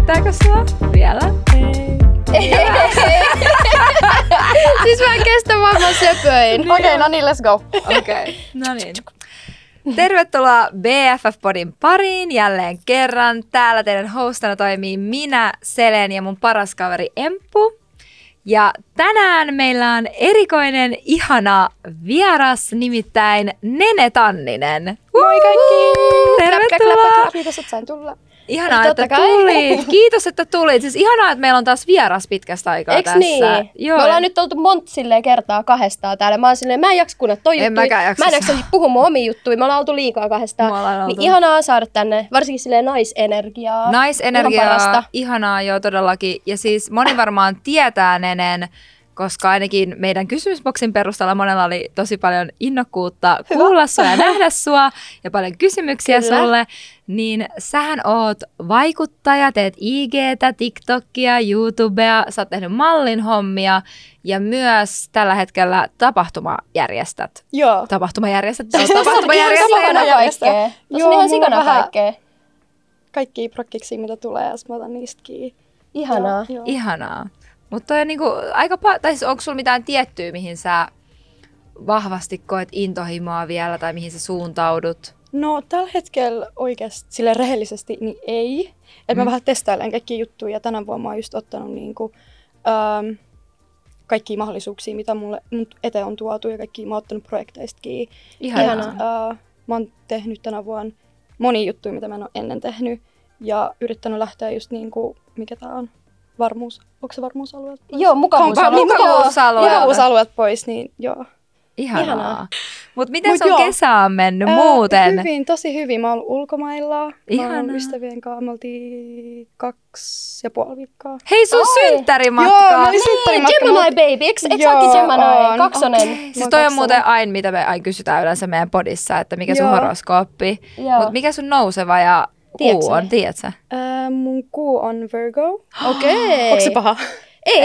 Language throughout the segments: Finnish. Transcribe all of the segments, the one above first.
Hävettääkö sua vielä? Ei. Siis mä en kestä vaan mä söpöin. Okei, no niin, let's go. Okei, no niin. Tervetuloa BFF-podin pariin jälleen kerran. Täällä teidän hostana toimii minä, Selen ja mun paras kaveri Emppu. Ja tänään meillä on erikoinen, ihana vieras, nimittäin Nene Tanninen. Moi kaikki! Tervetuloa! Kiitos, että sain tulla. Ihanaa, että tulit. Kiitos, että tulit. Siis ihanaa, että meillä on taas vieras pitkästä aikaa Eiks tässä. niin? Joo. Me ollaan nyt oltu silleen kertaa kahdestaan täällä. Mä oon silleen, mä en jaksa kuunnella toi juttu. Mä en jaksa puhua mun omiin juttuihin. Me ollaan oltu liikaa kahdestaan. Niin ihanaa saada tänne, varsinkin silleen naisenergiaa. Naisenergiaa, ihanaa joo todellakin. Ja siis moni varmaan tietää Nenen, koska ainakin meidän kysymysboksin perusteella monella oli tosi paljon innokkuutta kuulla sua ja nähdä sua ja paljon kysymyksiä sulle. Niin sähän oot vaikuttaja, teet IG:tä, TikTokia, YouTubea, sä oot tehnyt mallin hommia ja myös tällä hetkellä tapahtumajärjestät. Joo. Tapahtumajärjestät. Tapahtumajärjestäjä. Joo, ihan sikana kaikkea. Kaikkia prokkiksia, mitä tulee, ja mä otan niistä kiinni. Ihanaa. Joo. Ihanaa. Mutta on niinku aika tai siis onko sulla mitään tiettyä, mihin sä vahvasti koet intohimoa vielä tai mihin sä suuntaudut? No tällä hetkellä oikeasti sille rehellisesti niin ei. Että mä vähän testailen kaikkia juttuja ja tänä vuonna mä oon just ottanut niinku, kaikkia mahdollisuuksia, mitä mun eteen on tuotu ja kaikkia mä oon ottanut projekteistakin. Ihanaa. Mä oon tehnyt tänä vuonna monia juttuja, mitä mä en ole ennen tehnyt ja yrittänyt lähteä just niinku, mikä tää on? Onko se varmuusalueet pois? Joo, mukavuusalueet pois, niin joo. Ihanaa. Mutta miten sun kesä on mennyt muuten? Hyvin, tosi hyvin. Mä oon ollut ulkomailla. Ihanaa. Mä oon ystävien kanssa. Me oltiin 2,5 viikkoa. Hei, sun synttärimatka! Joo, mä olin synttärimatka. Gemini baby, eikö säkin Gemini? Kaksonen. Okay. Siis toi on muuten aina, mitä me aina kysytään yleensä meidän podissa, että mikä sun horoskooppi. Mutta mikä sun nouseva ja kuu on, tiedätkö? Mun kuu on Virgo. Okei. Onko se paha? Ei.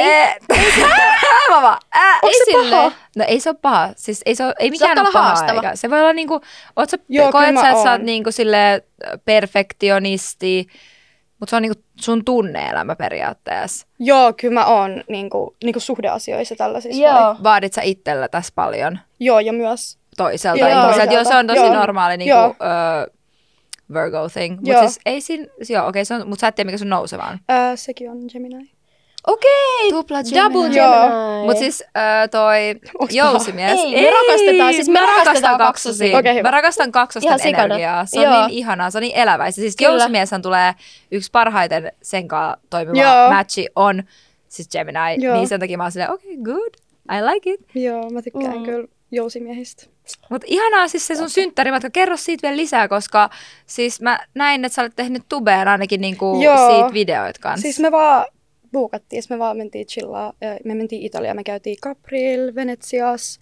Onko se paha? No ei se ole paha. Siis ei mikään ole paha. Eikä. Se voi olla niinku, koet sä, että sä oot niinku silleen perfektionisti, mutta se on niinku sun tunne-elämä periaatteessa. Joo, kyllä mä oon niinku suhdeasioissa tällaisissa. Joo. Vaadit sä itsellä tässä paljon? Joo, ja myös toiselta ihmiseltä. Joo, se on tosi normaali niinku, Virgo thing. Mutta siis ei siinä, joo okei, mutta sä et tiedä mikä sun nouseva on. Sekin on Gemini. Okei, tupla double Gemini. Mutta siis toi jousimies. Ei, me rakastetaan. Siis me rakastan kaksosia. Okay, mä rakastan kaksosten energiaa. Se on niin ihanaa, se on niin eläväistä. Siis jousimieshän tulee yksi parhaiten sen kanssa toimiva matchi on siis Gemini. Niin sen takia mä oon silleen, okei, good, I like it. Joo, mä tykkään kyllä jousimiehistä. Mutta ihanaa siis se sun synttärimatka. Kerro siitä vielä lisää, koska siis mä näin, että sä olet tehnyt tubeen ainakin niinku siitä videoit kanssa. Siis me vaan buukattiin, me vaan mentiin chillaa. Me mentiin Italiaan, me käytiin Capril, Venetsias,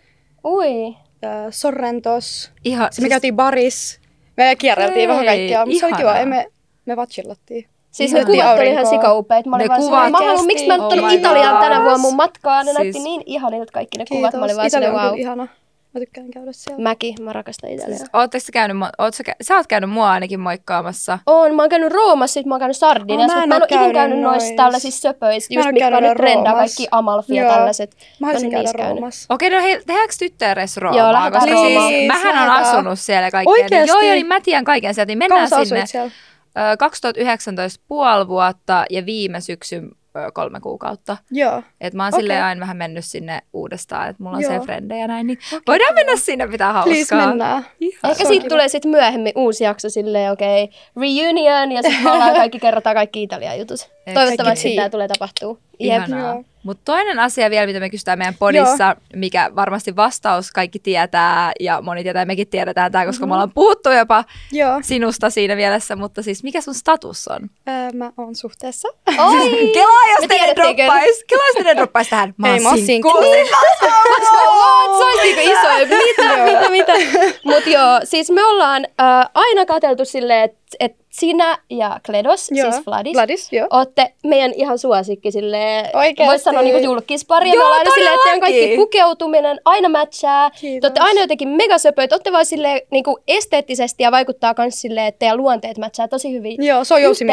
Sorrentos. Me käytiin baris. Me kierreltiin vähän kaikkea, mutta se oli kiva. Me vaan chillattiin. Siis ne kuvat oli ihan sikaupeet. Mä olin vaan silleen, miksi mä en tullut Italiaan tänä vuonna mun matkaan? Ne näytti niin ihanilta kaikki ne kuvat. Mä olin vaan silleen, wow. Ihana. Mä tykkään käydä siellä. Mä rakastan Italiaa. Siis, sä oot käynyt mua ainakin moikkaamassa. Mä oon käynyt Roomassa, sit mä oon käynyt Sardiniassa, mutta mä en oo ikin käynyt noissa tällaisissa söpöissä, just mitkä on nyt trendaa, kaikki Amalfi ja tällaiset. Mä haluaisin käydä Roomassa. Okei, no hei, tehdäänkö tyttöreissu Roomaa? Joo, lähdetään Roomaan. Siis, mähän on asunut siellä kaikkea. Oikeesti? Joo, niin mä tiedän kaiken sieltä, niin mennään sinne. Siellä? 2019 puoli vuotta ja viime syksyn 3 kuukautta. Joo. Et mä oon silleen aina vähän mennyt sinne uudestaan, että mulla on se frendejä ja näin, niin voidaan mennä sinne, pitää hauskaa. Please mennään. Ehkä siitä tulee sitten myöhemmin uusi jakso silleen, reunion ja sitten me ollaan kerrotaan kaikki Italian jutut. Toivottavasti tämä tulee tapahtuu. Ihanaa. Mutta toinen asia vielä, mitä me kysytään meidän podissa, mikä varmasti vastaus kaikki tietää ja moni tietää ja mekin tiedetään tämä, koska me ollaan puhuttu jopa sinusta siinä mielessä, mutta siis mikä sun status on? Mä oon suhteessa. Oi! Kelaa, jos teille droppais tähän. Mä oon sinkku. Se olisi niinku iso. Mitä? Mut joo, siis me ollaan aina katseltu silleen, että sinä ja Kledos, siis Vladis, ootte meidän ihan suosikki silleen, voisi sanoa niinku julkispari. Ja me ollaan aina silleen, että teidän kaikki pukeutuminen aina matchaa. Te ootte aina jotenkin megasöpöjä. Te ootte vaan silleen niinku esteettisesti ja vaikuttaa kans silleen, että teidän luonteet matchaa tosi hyvin. Joo, se on jousimies.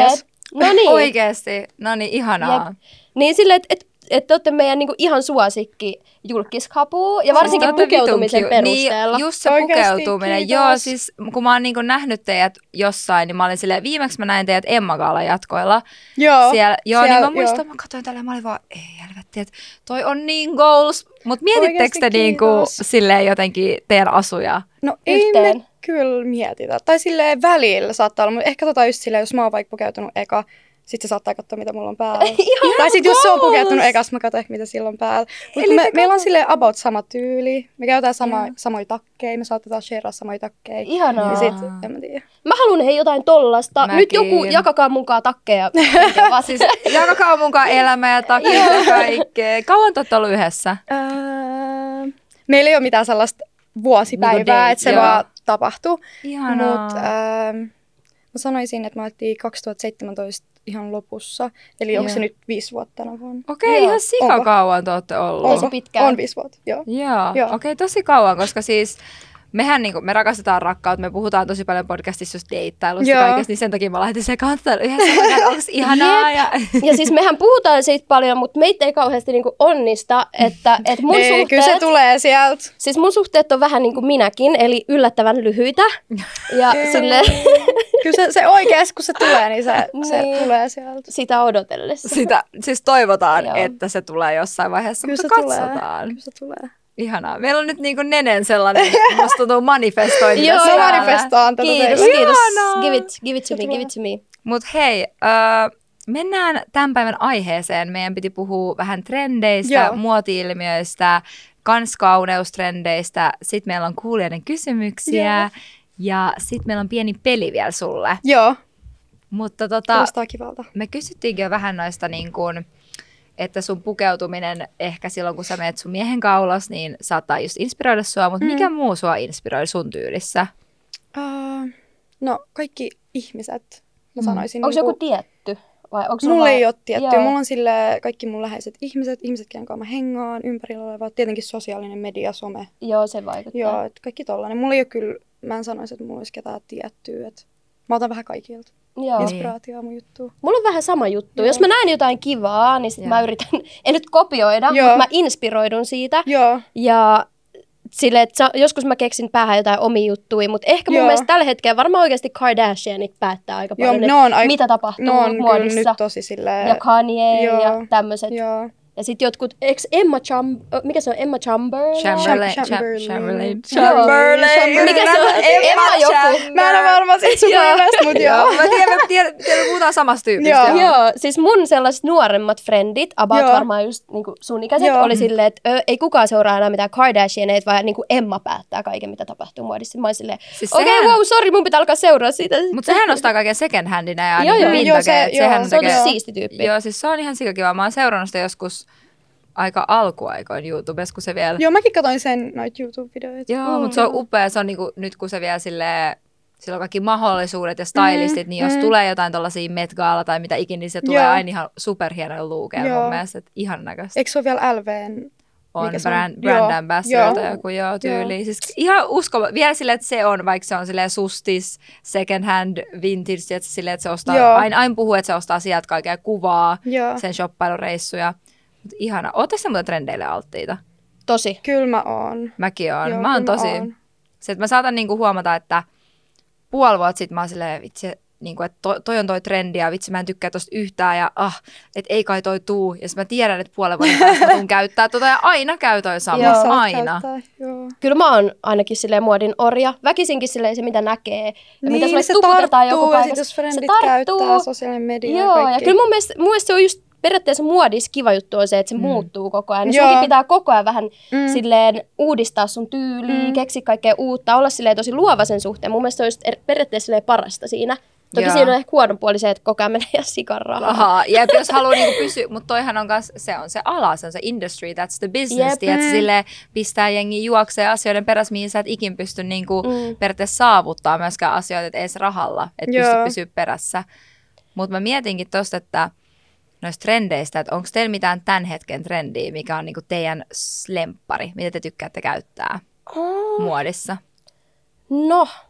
No niin. Oikeesti. No niin, ihanaa. Jep. Niin silleen, että te olette meidän niinku ihan suosikki julkiskapua ja varsinkin pukeutumisen perusteella. Niin, just se Oikeasti, pukeutuminen. kiitos. Joo, siis kun mä oon niinku nähnyt teidät jossain, niin mä olin silleen, viimeksi mä näin teidät Emma-gaalan jatkoilla. Joo. Siellä, niin mä muistan, mä katsoin tällä ja mä olin vaan, ei helvetti, että toi on niin goals. Mutta mietittekö te niinku silleen jotenkin teidän asuja? No ei me kyllä mietitä. Tai silleen välillä saattaa olla, mutta ehkä just silleen, jos mä oon vaikka pukeutunut eka, sitten se saattaa katsoa, mitä mulla on päällä. Tai sitten jos se on pukeutunut ekas, mä katson ehkä, mitä sillä on päällä. Mutta meillä on silleen about sama tyyli. Me käytetään samoja takkeja, me saatetaan shareaa samoja takkeja. Ihanaa. Ja sit, en mä tiedä. Mä haluan jotain tollasta. Mäkin. Nyt joku jakakaa munkaan takkeja. Siis jakakaa munkaan elämä ja takia ja kaikkea. Kauan te ootte ollut yhdessä? Meillä ei ole mitään sellaista vuosipäivää, että se vaan tapahtuu. Ihanaa. Mut mä sanoisin, että me alettiin 2017 ihan lopussa. Eli onko se nyt 5 vuotta tänä vuonna? Okei, ihan sikakauan te ootte ollut. On se pitkään. On 5 vuotta, joo. Joo. Okei, tosi kauan, koska siis mehän niinku, me rakastetaan rakkautta, me puhutaan tosi paljon podcastissa just deittailusta ja kaikesta, niin sen takia mä laitin sen kanssa yhdessä, onko ihanaa. Ja siis mehän puhutaan siitä paljon, mutta meitä ei kauheasti niinku onnista, että mun suhteet... Kyllä se tulee sieltä. Siis mun suhteet on vähän niin kuin minäkin, eli yllättävän lyhyitä. Ja silleen... Kyllä se oikeasti, kun se tulee, niin se tulee sieltä. Sitä odotellessa. Sitä siis toivotaan, että se tulee jossain vaiheessa, kyllä mutta katsotaan. Kyllä se tulee. Ihanaa. Meillä on nyt niinku Nenen sellainen, musta tuntuu manifestointi. Joo, mä manifestaan tätä kiitos, teille. kiitos. Ihanaa. Give it to me. Mut hei, mennään tämän päivän aiheeseen. Meidän piti puhua vähän trendeistä, muoti-ilmiöistä, kans kauneustrendeistä. Sitten meillä on kuulijoiden kysymyksiä ja sitten meillä on pieni peli vielä sulle. Joo. Mutta kuulostaa kivalta. Me kysyttiinkin jo vähän noista niin kuin, että sun pukeutuminen ehkä silloin, kun sä menet sun miehen kaulas, niin saattaa just inspiroida sua, mutta mikä muu sua inspiroi sun tyylissä? No, kaikki ihmiset, mä sanoisin. Onko se joku tietty? Vai onko mulla ei ole tiettyä. Mulla on sille kaikki mun läheiset ihmiset, kenen kanssa mä hengaan, ympärillä olevat, tietenkin sosiaalinen media, some. Joo, se vaikuttaa. Joo, että kaikki tollainen. Mulla ei ole kyllä, mä en sanoisi, että mulla olisi ketään tiettyä. Että mä otan vähän kaikilta. Joo. Inspiraatioa mun juttuun. Mulla on vähän sama juttu. Jos mä näen jotain kivaa, niin sit mä yritän, en nyt kopioida, mutta mä inspiroidun siitä. Joo. Ja silleen, että joskus mä keksin päähän jotain omia juttuja, mutta ehkä mun mielestä tällä hetkellä varmaan oikeasti Kardashianit päättää aika paljon, mitä tapahtuu muodissa. Ne on kyllä nyt tosi silleen... Ja Kanye ja tämmöiset. Joo. Ja sit jotkut, eikö mikä se on, Emma Chamberlain? Chamberlain. Mikä se on? Emma joku. Mä en ole varma siitä sun mielestä, mut joo. Mä tiedän, puhutaan samasta tyypistä. Joo, siis mun sellaiset nuoremmat frendit, about varmaan just niinku sun ikäiset, oli silleen, että ei kukaan seuraa enää mitään Kardashianeita, vaan niinku Emma päättää kaiken, mitä tapahtuu muodissa. Mä oon silleen, okei, wow, sorry, mun pitää alkaa seuraa siitä. Mutta sehän ostaa kaiken second handina ja se on siisti tyyppi. Joo, siis se on ihan sikakiva. Mä oon seurannut sitä joskus aika alkuaikoin YouTubessa, kun se vielä... Joo, mäkin katsoin sen noita YouTube-videoita. Joo, mutta se on upea. Se on niinku, nyt kun se vielä silleen, sillä on kaikki mahdollisuudet ja stylistit, niin jos tulee jotain tollaisia Met Gala tai mitä ikinä, niin se tulee aina ihan superhienoja luukeja mun mielestä. Että ihan näköistä. Eikö se ole vielä LVn? On brand ambassador tai joku tyyli. Siis ihan uskova. Vielä silleen, että se on, vaikka se on silleen sustis, second hand, vintage, että silleen, että se ostaa, aina puhuu, että se ostaa sieltä kaikkea kuvaa, sen shoppailureissuja. Mutta ihana. Ootteko te muuten trendeille alttiita? Tosi. Kyllä mä oon. Mäkin oon. Mä oon tosi. Se, että mä saatan niinku huomata, että puoli vuotta sitten mä oon silleen, vitsi, niinku, että toi on toi trendi ja vitsi mä en tykkää tosta yhtään ja että ei kai toi tuu. Ja sitten mä tiedän, että puolen vuoden päästä mä tuun käyttää ja aina käy toi sama. Aina. Kyllä mä oon ainakin silleen muodin orja. Väkisinkin silleen se, mitä näkee. Ja niin, mitä sulle se tuputetaan joku tarttuu, paikassa. jos frendit käyttää sosiaalinen media ja kaikki. Ja kyllä mun mielestä se on just periaatteessa muodissa kiva juttu on se, että se muuttuu koko ajan. Niin sunkin pitää koko ajan vähän silleen uudistaa sun tyyliä, keksiä kaikkea uutta, olla silleen tosi luova sen suhteen. Mun mielestä se on just periaatteessa silleen parasta siinä. Toki siinä on ehkä huono puoli se, että koko ajan menee sikan rahaa. Jep, jos haluaa niinku pysyä, mutta toihan on kans, se on se ala, se on se industry, that's the business, tiedätkö, silleen pistää jengi juokseen asioiden perässä, mihin sä et ikin pysty niinku periaatteessa saavuttaa myöskään asioita, et edes rahalla, et pysty pysyä perässä. Mutta mä mietinkin tosta, että noista trendeistä, että onko teillä mitään tämän hetken trendiä, mikä on niinku teidän lemppari, mitä te tykkäätte käyttää muodissa? No,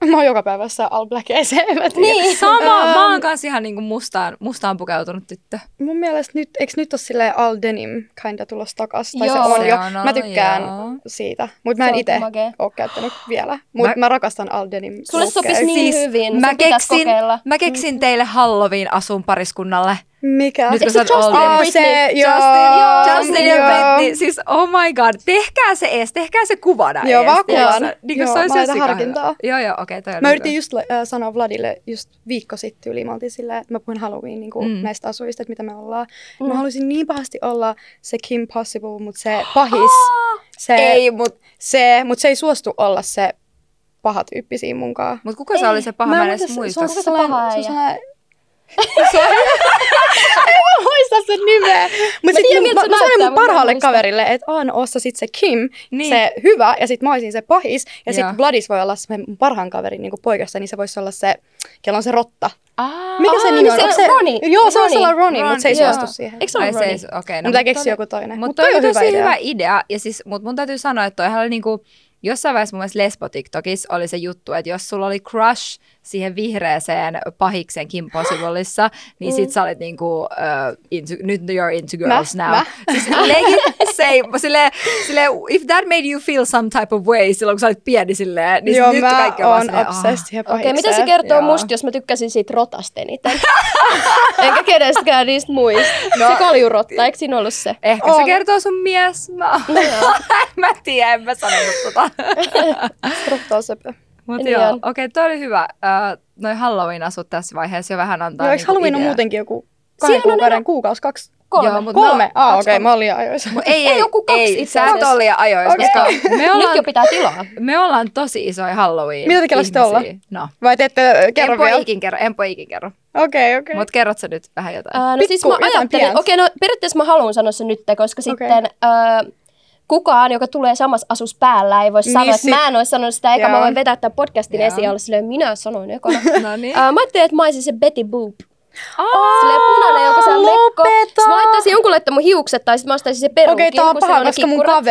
Mä oon joka päivä jossain all blackeeseen. Niin, sama. Mä oon kanssa ihan niinku mustaan pukeutunut tyttö. Mun mielestä eikö nyt ole silleen all denim kinda tulossa takas? Tai se on jo. Mä tykkään siitä. Mutta mä en itse ole käyttänyt vielä. Mutta mä rakastan all denim. Sulle sopisi niin hyvin. Mä keksin teille Halloween-asun pariskunnalle. Mikä? Nyt kun sä oot Justin ja Britney. Siis oh my god, tehkää se kuvana ees. Joo, vaan kuvan. Joo, mä laitan harkintaa. Joo, okei. Mä yritin just sanoa Vladille just viikko sitten yli. Mä oltiin silleen, että mä puhuin Halloween niin näistä asuista, että mitä me ollaan. Mä haluaisin niin pahasti olla se Kim Possible, mutta se pahis. Mutta se ei suostu olla se paha tyyppi siinä munkaan. Mutta kuka se oli se paha? Mä en edes muista. Se on sellainen... En mä muista sen nimeä. Mutta mä sanoin mun parhaalle kaverille, että ossa sit se Kim, se hyvä, ja sit mä olisin se pahis. Ja sit Vladis voi olla se mun parhaan kaverin niin poikasta, niin se voisi olla se, kello on se rotta. Mikä se nimi on? Se Ronnie. Joo, se on sellainen Ronnie, mutta se ei suostu siihen. Eikö se ole Ronnie? Okei. Mutta keksi joku toinen. Mutta toi on tosi hyvä idea. Ja siis, mut mun täytyy sanoa, että toihan oli niinku... Jossain vaiheessa mun mielestä Lesbo-TikTokissa oli se juttu, että jos sulla oli crush siihen vihreäseen pahiksen Kim Possibleissa, niin sit sä olit niinku, nyt you're into girls now. Siis silleen, if that made you feel some type of way silloin, kun sä olit pieni silleen, niin nyt kaikki on vaan silleen, obsessed siihen pahikseen. Okei, mitä se kertoo musta, jos mä tykkäsin siitä rotasta eniten? Enkä kenestäkään niistä muista. Se kaljurotta, eikö siinä ollut se? Ehkä se kertoo sun mies. Mä tiedän, en mä sanonut tota. Rotta on sepä. Mutta joo, okei, toi oli hyvä. Noi Halloween-asut tässä vaiheessa jo vähän antaa eikö Halloween on muutenkin joku 2 kuukauden kuukausi, 2? 3? Okei, mä olin liian ajoissa. Ei, joku 2 itse asiassa. Sä et ole liian ajoissa, koska nyt jo pitää tilaa. Me ollaan tosi isoja Halloween. Mitä te kelasitte olla? No. Vai te ette kerro vielä? Enpä ikin kerro. Okei. Mutta kerrot sä nyt vähän jotain? No siis mä ajattelin, no periaatteessa mä haluan sanoa se nyt, koska sitten... Kukaan, joka tulee samassa asus päällä, ei voi sanoa, että mä en olisi sanonut sitä, eikä mä voin vetää tämän podcastin esiin ja olla silleen, minä sanoin ekana. Mä ajattelin, että mä olisin se Betty Boop. Silleen punainen, joku siellä mekko. Sitten mä laittaisin jonkun laittaa mun hiukset, tai sitten mä ostaisin se perukin. Okei, tää on paha, koska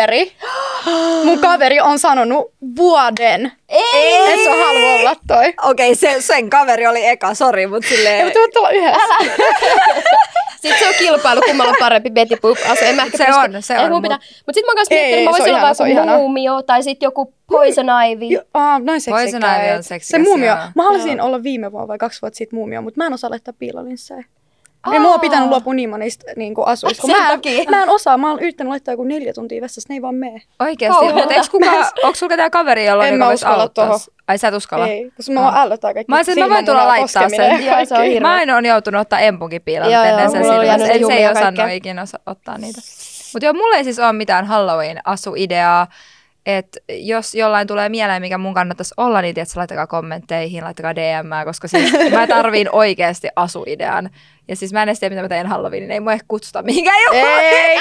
mun kaveri on sanonut vuoden. Ei! Et sä halua olla toi. Okei, sen kaveri oli eka, sori, mutta silleen... Ei, mutta voit olla yhdessä. Sitten se on kilpailu, kummalla on parempi Betty Boop-asu. Se on. Mutta sitten mä kanssa miettinyt, että mä voisin olla joku muumio tai sitten joku Poison Ivy. Noin seksikkäitä. Poison Ivy on seksikäs. Se muumio. Mä haluaisin olla viime vuonna vai 2 vuotta siitä muumio, mutta mä en osaa laittaa piilolinssejä. Ei mua on pitänyt luopua niin monista niinku asuista. Mä en osaa. Mä oon yrittänyt laittaa joku 4 tuntia vessassa, ne ei vaan mee. Oikeesti? Mutta onko sulla ketään kaveri, jolla on voisi auttaa? Ai sä et uskalla? Ei, koska mä ällöttää kaikki. Mä voin tulla laittaa sen. Mä aina on joutunut ottaa empunkin piilan ennen sen silmässä. Se ei osannut ikinä ottaa niitä. Mutta joo, mulla ei siis ole mitään Halloween-asuideaa. Että jos jollain tulee mieleen, mikä mun kannattaisi olla, niin tietysti laittakaa kommentteihin, laittakaa DM:ää, koska siis mä tarviin oikeasti asuidean. Ja siis mä en edes tiedä, mitä mä teen Halloweenin, ei mua ehkä kutsuta mihinkään juhlaan. Ei,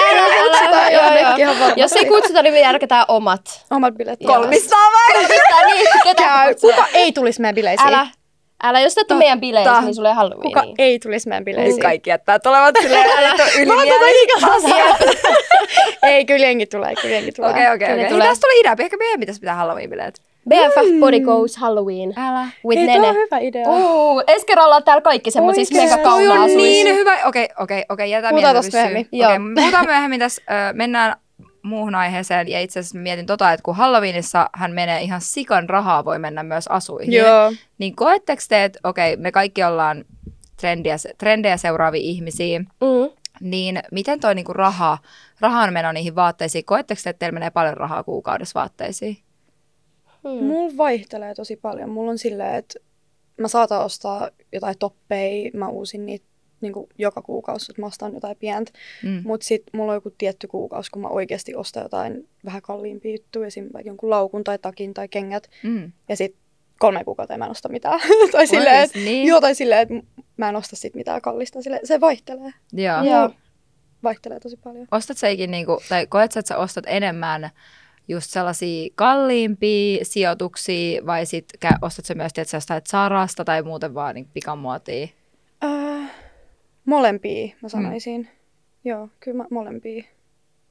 jos ei kutsuta, niin me järketään omat bileet. 300 vai? Käy. Kuka ei tulisi meidän bileisiin? Älä, jos sä et ole meidän bileissä, niin sulle ei Halloweeniin. Kuka ei tulisi meidän bileisiin? Kaikki jättää tulevat silleen, älä ylimielinen. Ei, kyllä jengi tulee. Okei. Tästä tuli idea, ehkä meidän pitäisi pitää Halloween-bileet. BFF Body Goes Halloween. Älä. With ei, Nene. Tuo on hyvä idea. Ensi kerralla ollaan täällä kaikki semmoisissa mega kaunaa asuissa. Niin hyvä. Okei, jätä puhutaan tosta myöhemmin. Puhutaan myöhemmin tässä. Mennään muuhun aiheeseen. Ja itse asiassa mietin että kun Halloweenissa hän menee ihan sikan rahaa, voi mennä myös asuihin. Joo. Niin koetteko te, että me kaikki ollaan trendejä seuraavia ihmisiä. Niin miten toi niinku rahan meno niihin vaatteisiin? Koetteko te, että teillä menee paljon rahaa kuukaudessa vaatteisiin? Mulla vaihtelee tosi paljon. Mulla on silleen, että mä saatan ostaa jotain toppeja, mä uusin niitä niinku joka kuukausi, että mä ostan jotain pientä. Mutta sit mulla on joku tietty kuukausi, kun mä oikeasti ostan jotain vähän kalliimpia juttuja, esimerkiksi jonkun laukun tai takin tai kengät. Ja sit 3 kuukautta mä en osta mitään. Tai silleen, että mä en osta sit mitään kallista. Silleen, se vaihtelee. Joo. Vaihtelee tosi paljon. Ostat sä ikin, tai koet sä, että sä ostat enemmän just sellaisia kalliimpia sijoituksia, vai sit ostat sä myös, että sä ostat Sarasta tai muuten vaan niin pikamuotia? Molempia, mä sanoisin. Joo, kyllä molempia.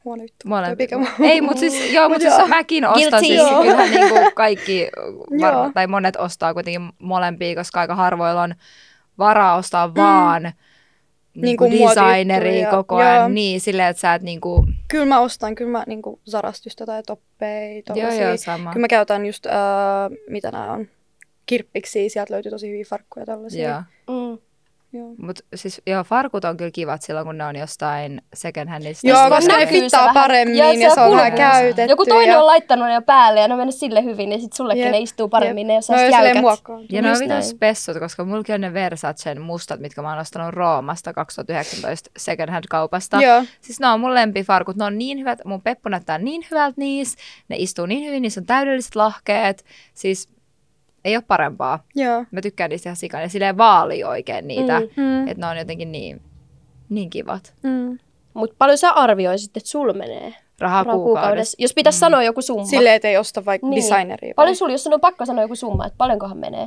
huono juttu. Ei, mutta siis, joo, mutta siis mäkin ostan siis kyllähän niinku kaikki, tai monet ostaa kuitenkin molempia, koska aika harvoilla on varaa ostaa vaan niinku designeri koko ajan. Joo. Niin, silleen, että sä et niinku... Kyllä mä ostan, niinku Zarasta just jotain toppeja, tollasia. Joo, sama. Kyllä mä käytän just, mitä nää on, kirppiksi, sieltä löytyy tosi hyviä farkkuja tollasia. Joo. Mutta siis farkut on kyllä kivat silloin, kun ne on jostain second handista. Joo, koska ne fittaa paremmin ja se on vähän käytetty. Joku toinen on laittanut ne jo päälle ja ne on mennyt sille hyvin, niin sitten sullekin ne istuu paremmin, ne jos olisi jäykät. Ja ne on vitos spessut, koska mullakin on ne Versacen mustat, mitkä mä oon ostanut Roomasta 2019 second hand kaupasta. Joo. Siis ne on mun lempifarkut, ne on niin hyvät, mun peppu näyttää niin hyvältä niissä, ne istuu niin hyvin, niissä on täydelliset lahkeet, siis... Ei ole parempaa. Joo. Mä tykkään niistä ihan sikana. Ja silleen vaalii oikein niitä. Että ne on jotenkin niin kivat. Mutta paljon sä arvioisit, että sul menee rahaa kuukaudessa? Jos pitäisi sanoa joku summa. Silleen, että ei osta vaikka designeria. Paljon sulla, jos sun on pakko sanoa joku summa, että paljonkohan menee?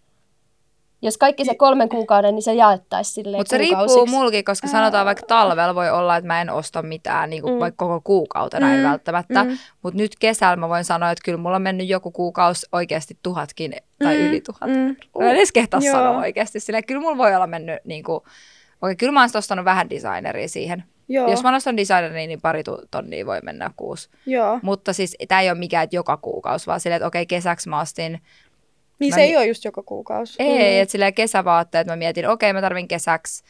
Jos kaikki se 3 kuukauden, niin se jaettaisiin silleen Mutta se riippuu mulkin, koska sanotaan vaikka talvella voi olla, että mä en osta mitään niin kuin vaikka koko kuukautena ei välttämättä. Mutta nyt kesällä mä voin sanoa, että kyllä mulla on mennyt joku kuukausi oikeasti 1000kin tai yli 1000. Mä en edes kehtaa sanoa oikeasti silleen. Kyllä mulla voi olla mennyt, niin kuin, kyllä mä oon ostanut vähän designeria siihen. Joo. Jos mä ostan designeria, niin 2 tonnia voi mennä kuusi. Joo. Mutta siis tää ei ole mikään, että joka kuukausi, vaan silleen, että okei, kesäksi mä ostin... Niin se ei ole just joka kuukausi. Ei, että silleen kesävaatteet mä mietin, okei, mä tarvin kesäksi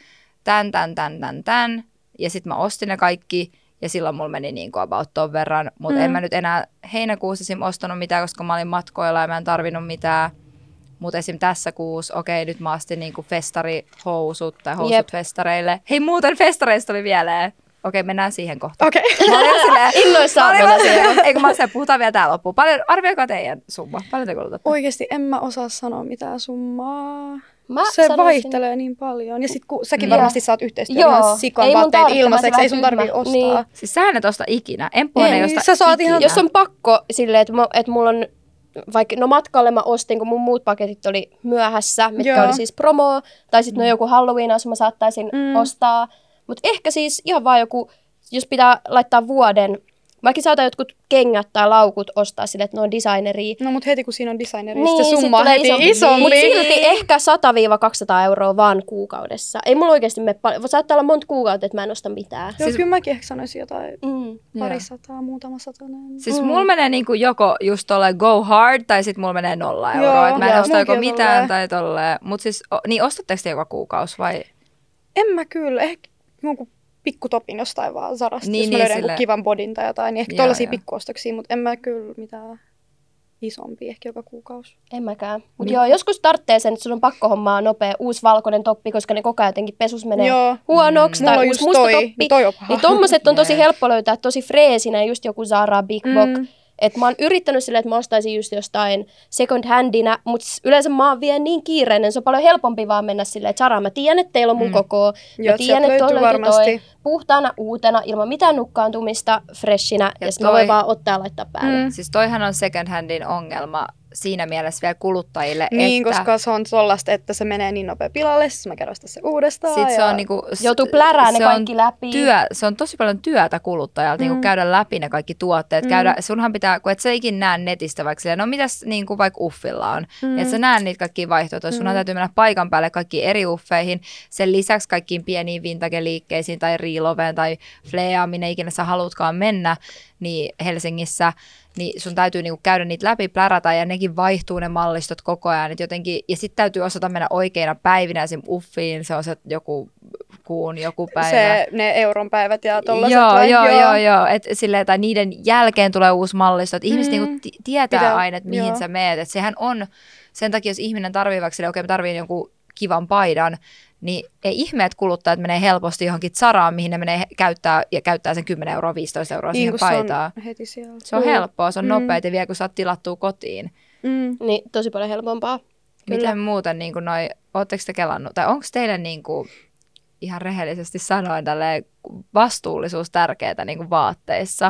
tän. Ja sitten mä ostin ne kaikki ja silloin mulla meni niin kuin about ton verran. Mutta en mä nyt enää heinäkuussa ostanut mitään, koska mä olin matkoilla ja mä en tarvinnut mitään. Mutta esim. Tässä kuussa, okei, nyt mä ostin niin kuin festarihousut tai housut festareille. Hei, muuten festareista oli vielä. Okei, mennään siihen kohtaan. Okei. Innoissaan mennään siihen. Eikö mä se puhutaan vielä tää loppuun. Arvioikaa teidän summa. Paljon te kulutatte? Oikeesti en mä osaa sanoa mitään summaa. Se vaihtelee niin paljon. Ja sit säkin varmasti saat yhteistyötä ihan sikan vaatteet ilmaiseksi. Ei sun tarvii ostaa. Niin. Siis sä et osta ikinä. Emppuhan ei osta sä saat ikinä. Jos on pakko silleen, että mulla on... Vaikka matkalle mä ostin, kun mun muut paketit oli myöhässä, mitkä oli siis promo, tai sitten joku Halloween-asu mä saattaisin ostaa. Mutta ehkä siis ihan vaan joku, jos pitää laittaa vuoden, vaikka saatan jotkut kengät tai laukut ostaa sille, että ne on designeria. No mutta heti kun siinä on designeria, niin, se summa on heti isompi. Mutta silti ehkä 100-200 euroa vaan kuukaudessa. Ei mulla oikeasti mene paljon. Saattaa olla monta kuukautta, että mä en osta mitään. Joo, kyllä mäkin ehkä sanoisin jotain parisataa, muutama satanen. Siis mulla menee niinku joko just tolleen go hard, tai sit mulla menee 0 euroa. Että mä en osta joko mitään tai tolleen. Mutta siis, niin ostatteko te joka kuukausi vai? En mä kyllä. Ehkä jonkun pikkutopin jostain vaan Zarasta, jos mä löydän jonkun kivan bodin tai jotain, niin ehkä tollaisia pikkuostoksia, mutta en mä kyllä mitään isompia ehkä joka kuukausi. En mäkään. Mutta joo, joskus tarvitsee sen, että sun on pakko hommaa nopea uusi valkoinen toppi, koska ne koko ajan jotenkin pesus menee huonoksi. Tai uusi musta toppi. Niin tommoset on tosi helppo löytää, tosi freesinen, just joku Zara, Big Box. Että mä oon yrittänyt silleen, että mä ostaisin just jostain second handina, mutta yleensä mä oon vielä niin kiireinen, se on paljon helpompi vaan mennä silleen, että Zara, mä tiedän, että teillä on mun koko, mä tiedän, että tuolla löytyy toi puhtaana, uutena, ilman mitään nukkaantumista, freshinä, ja sit mä voin vaan ottaa ja laittaa päälle. Siis toihan on second handin ongelma siinä mielessä vielä kuluttajille, niin, että... koska se on tollaista, että se menee niin nopea pilalle, siis mä käyn ostaa se uudestaan. Sitten se on niinku... Joutuu plärää ne kaikki läpi. Se on tosi paljon työtä kuluttajalta, niinku käydä läpi ne kaikki tuotteet. Sunhan pitää, kun et sä ikin näe netistä vaikka silleen, no mitäs niinku vaikka uffilla on. Että sä näe niitä kaikkia vaihtoehtoja. Sunhan täytyy mennä paikan päälle kaikkiin eri uffeihin. Sen lisäksi kaikkiin pieniin vintage-liikkeisiin tai Reloveen tai Fleaan, minne ikinä sä haluatkaan mennä, niin Helsingissä. Niin sun täytyy niinku käydä niitä läpi, plärätä ja nekin vaihtuu ne mallistot koko ajan. Et jotenkin, ja sitten täytyy osata mennä oikeina päivinä esim. Uffiin, se on se joku kuun joku päivä. Ne euron päivät ja tollaiset. Joo. Et silleen, tai niiden jälkeen tulee uusi mallisto. Et ihmiset niinku tietää aina, että mihin sä meet. Et sehän on, sen takia jos ihminen tarvii vaikka silleen, okei mä tarviin jonkun kivan paidan, niin ei ihme, että kuluttajat menee helposti johonkin Zaraan, mihin ne menee käyttää sen 10 euroa, 15 euroa siihen paitaan. Se on helppoa, se on nopeaa vielä, kun saat tilattua kotiin. Niin, tosi paljon helpompaa. Miten muuten, niin ootteko te kelannut, tai onko teille niin kuin, ihan rehellisesti sanoen vastuullisuus tärkeää niin kuin vaatteissa?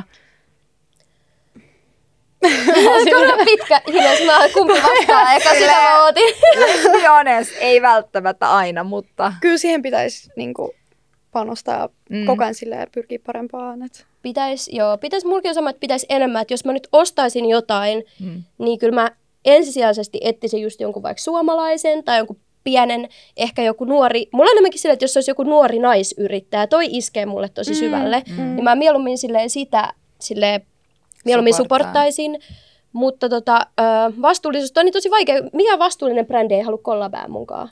Kyllä pitkä hiljaisuus, kumpi vastaa, eka sitä mä ootin. Ei välttämättä aina, mutta... Kyllä siihen pitäisi niinku panostaa ja koko ajan pyrkiä parempaan. pitäisi mulkin sama, että pitäisi enemmän, että jos mä nyt ostaisin jotain, niin kyllä mä ensisijaisesti etsisin just jonkun vaikka suomalaisen tai jonkun pienen, ehkä joku nuori, mulla on enemmänkin silleen, että jos olisi joku nuori naisyrittäjä, toi iskee mulle tosi syvälle, niin mä mieluummin mieluummin supporttaisin. Mutta vastuullisuus on niin tosi vaikea. Mikä vastuullinen brändi ei halua kollabää munkaan?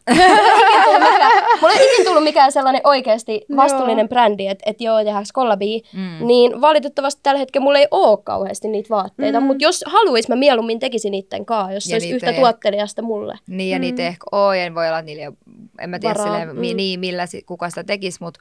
Mulla ei ikinä tullut mikään sellainen oikeasti vastuullinen brändi, että tehdäänkö kollabia. Niin valitettavasti tällä hetkellä mulla ei ole kauheasti niitä vaatteita. Mutta jos haluais, mä mieluummin tekisin niitten kanssa, jos se olisi yhtä tuottelijasta mulle. Niin ja niitä ehkä ja voi olla, että niillä en mä tiedä silleen, millä kuka sitä tekisi, mutta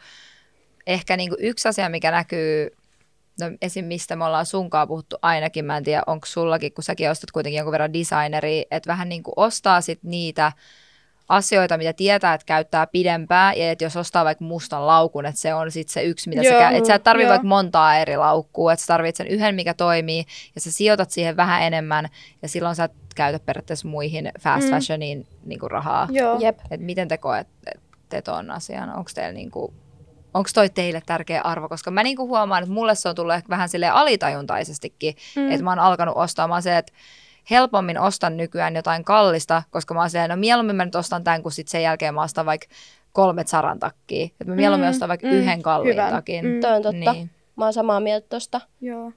ehkä niinku yksi asia, mikä näkyy, no esim. Mistä me ollaan sunkaan puhuttu ainakin, mä en tiedä, onko sullakin, kun säkin ostat kuitenkin jonkun verran designeria, että vähän niin kuin ostaa sit niitä asioita, mitä tietää, että käyttää pidempään, ja että jos ostaa vaikka mustan laukun, että se on sitten se yksi, mitä että sä et tarvitse vaikka montaa eri laukkua, että sä tarvitset sen yhden, mikä toimii, ja sä sijoitat siihen vähän enemmän, ja silloin sä et käytä periaatteessa muihin fast fashioniin niinku rahaa. Että miten te koette ton asian? Onko teillä niinku onko toi teille tärkeä arvo? Koska mä niinku huomaan, että mulle se on tullut ehkä vähän silleen alitajuntaisestikin, että mä oon alkanut ostamaan se, että helpommin ostan nykyään jotain kallista, koska mä oon silleen, no mieluummin mä nyt ostan tämän, kun sit sen jälkeen mä ostan vaikka 3 Zaran takkia. Että mä mieluummin ostan vaikka yhden kalliin takin. Toi on totta. Niin. Mä oon samaa mieltä tosta. Joo.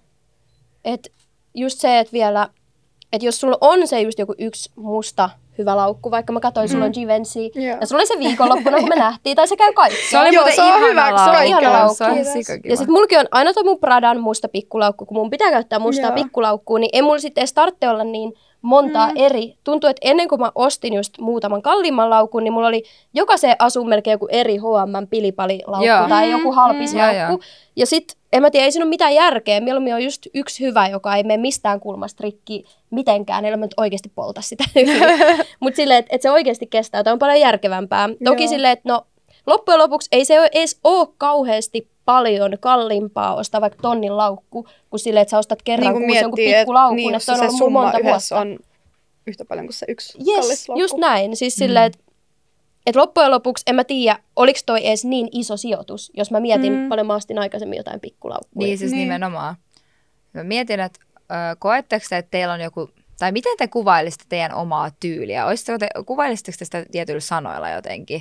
Et just se, että vielä, että jos sulla on se just joku yksi musta hyvä laukku, vaikka mä katsoin, sulla on Givenchy, ja sulla oli se viikonloppuna, kun me nähtiin, tai se käy kaikki. Se oli muuten ihana laukku. Se on sikakiva. Ja sit mulki on aina tuo mun Pradan musta pikkulaukku, kun mun pitää käyttää mustaa pikkulaukkua, niin ei mulla sitten edes tarvitse olla niin montaa eri. Tuntuu, että ennen kuin mä ostin just muutaman kalliimman laukun, niin mulla oli jokaiseen asuun melkein joku eri H&M pilipalilaukku tai joku halpis laukku. Ja sit, en mä tiedä, ei siinä ole mitään järkeä. Mieluummin on just yksi hyvä, joka ei mene mistään kulmasta rikki mitenkään. Ei mä nyt oikeasti polta sitä. Mutta silleen, että se oikeasti kestää. Tämä on paljon järkevämpää. Toki silleen, että no loppujen lopuksi ei se edes ole kauheasti paljon kalliimpaa ostaa vaikka tonnin laukku, kuin silleen, että sä ostat kerran niin kuusi jonkun pikkulaukun, niin, että on ollut mun monta vuotta. On yhtä paljon kuin se yksi kallis laukku. Just näin. Siis silleen, että loppujen lopuksi en mä tiedä, oliko toi edes niin iso sijoitus, jos mä mietin paljon mä ostin aikaisemmin jotain pikkulaukkuja. Niin, siis nimenomaan. Mä mietin, että koetteko te, että teillä on joku, tai miten te kuvailisitte teidän omaa tyyliä? Kuvailisitteko te sitä tietyillä sanoilla jotenkin?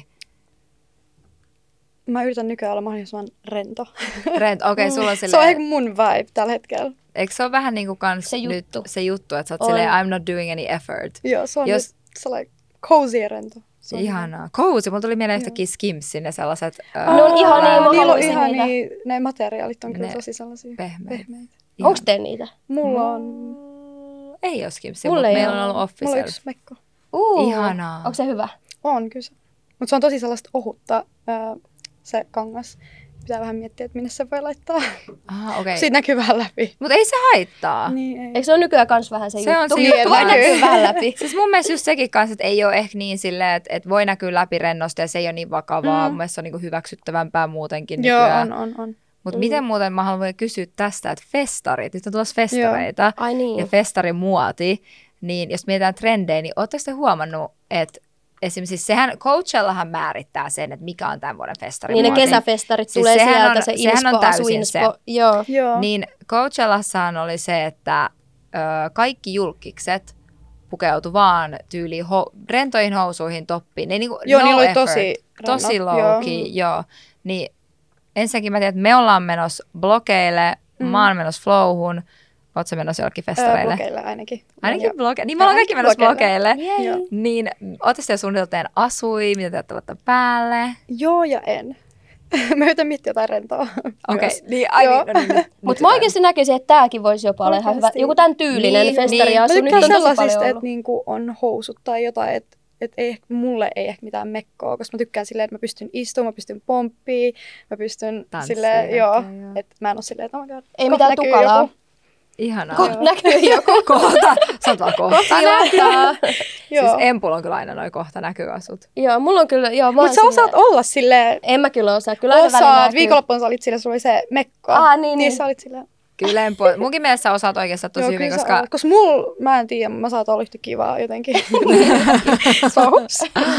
Mä yritän nykyään olla mahdollisimman rento. Okei, sulla on silleen... Se on ehkä mun vibe tällä hetkellä. Eikö se ole vähän niin kuin kans se juttu, että sä oot silleen, I'm not doing any effort. Joo, se on nyt sellainen cozy ja rento. Ihanaa. Cozy. Mulla tuli mieleen yhtäkkiä Skimsin ne sellaiset... Ne on ihania. Niillä on ihania. Ne materiaalit on kyllä tosi sellaisia pehmeitä. Onko teillä niitä? Mulla on... Ei ole Skimsia, mutta meillä on ollut official. Mulla on yksi mekko. Ihanaa. Onko se hyvä? On kyllä. Mutta se on tosi sellaista ohutta se kangas. Pitää vähän miettiä, että minne se voi laittaa. Okay. Siitä näkyy vähän läpi. Mutta ei se haittaa. Niin, ei. Eikö se ole nykyään kans vähän se juttu? Se voi näkyä vähän läpi. Siis mun mielestä just sekin kanssa, että ei ole ehkä niin silleen, että voi näkyä läpi rennosti ja se ei ole niin vakavaa. Mun mielestä se on niinku hyväksyttävämpää muutenkin nykyään. Joo, on. Mutta miten muuten mä haluan kysyä tästä, että festarit, nyt on tulossa festareita ja festarimuoti, niin jos mietitään trendejä, niin ootteko te huomannut, että esimerkiksi sehän Coachellahan määrittää sen, että mikä on tämän vuoden festarimuoti. Niin ne kesäfestarit siis tulee sieltä, se Inspo, Asuinspo. Joo. Niin Coachellassahan oli se, että kaikki julkikset pukeutui vaan tyyliin rentoihin housuihin, toppiin. Ne niinku, joo, no niillä oli effort, tosi low-key, joo. Niin ensinnäkin mä tiedän, että me ollaan menossa blogeille, mä oon menossa flowhun. Ootko sä menossa jollekin festareille? Blogeille ainakin. Ainakin blogeille. Niin me ollaan kaikki menossa blogeille. Niin ootte sitten suunnitelteen asui, mitä te olette laittaa päälle? Joo ja en. Mä yritän miettiä jotain rentoa. Okei. Niin, mutta mä oikeasti näkisin, että tääkin voisi jopa olla ihan hyvä. Joku tämän tyylinen festariasu. Mä tykkään sellaisista, että niinku on housut tai jotain, että mulle ei ehkä mitään mekkoa, koska mä tykkään silleen, että mä pystyn istumaan, mä pystyn pomppiin, mä pystyn silleen, että mä en ole silleen, että oh my god, ei mitään tukalaa. Joku. Ihanaa. Kohta näkyy joku. Kohta. Sä oot vaan kohta näkyy. Siis Empulla on kyllä aina noin kohta näkyy asut. Joo, mulla on kyllä. Mutta sä osaat olla silleen. En mä kyllä osaa. Kyllä aina osaat. Viikonloppuna sä olit silleen, sulla oli se mekko. Niin sä olit silleen. Kyllä Empulla. Munkin mielestä sä osaat oikeastaan tosi hyvin, koska... Koska mä en tiedä, mä saatan olla yhtä kivaa jotenkin.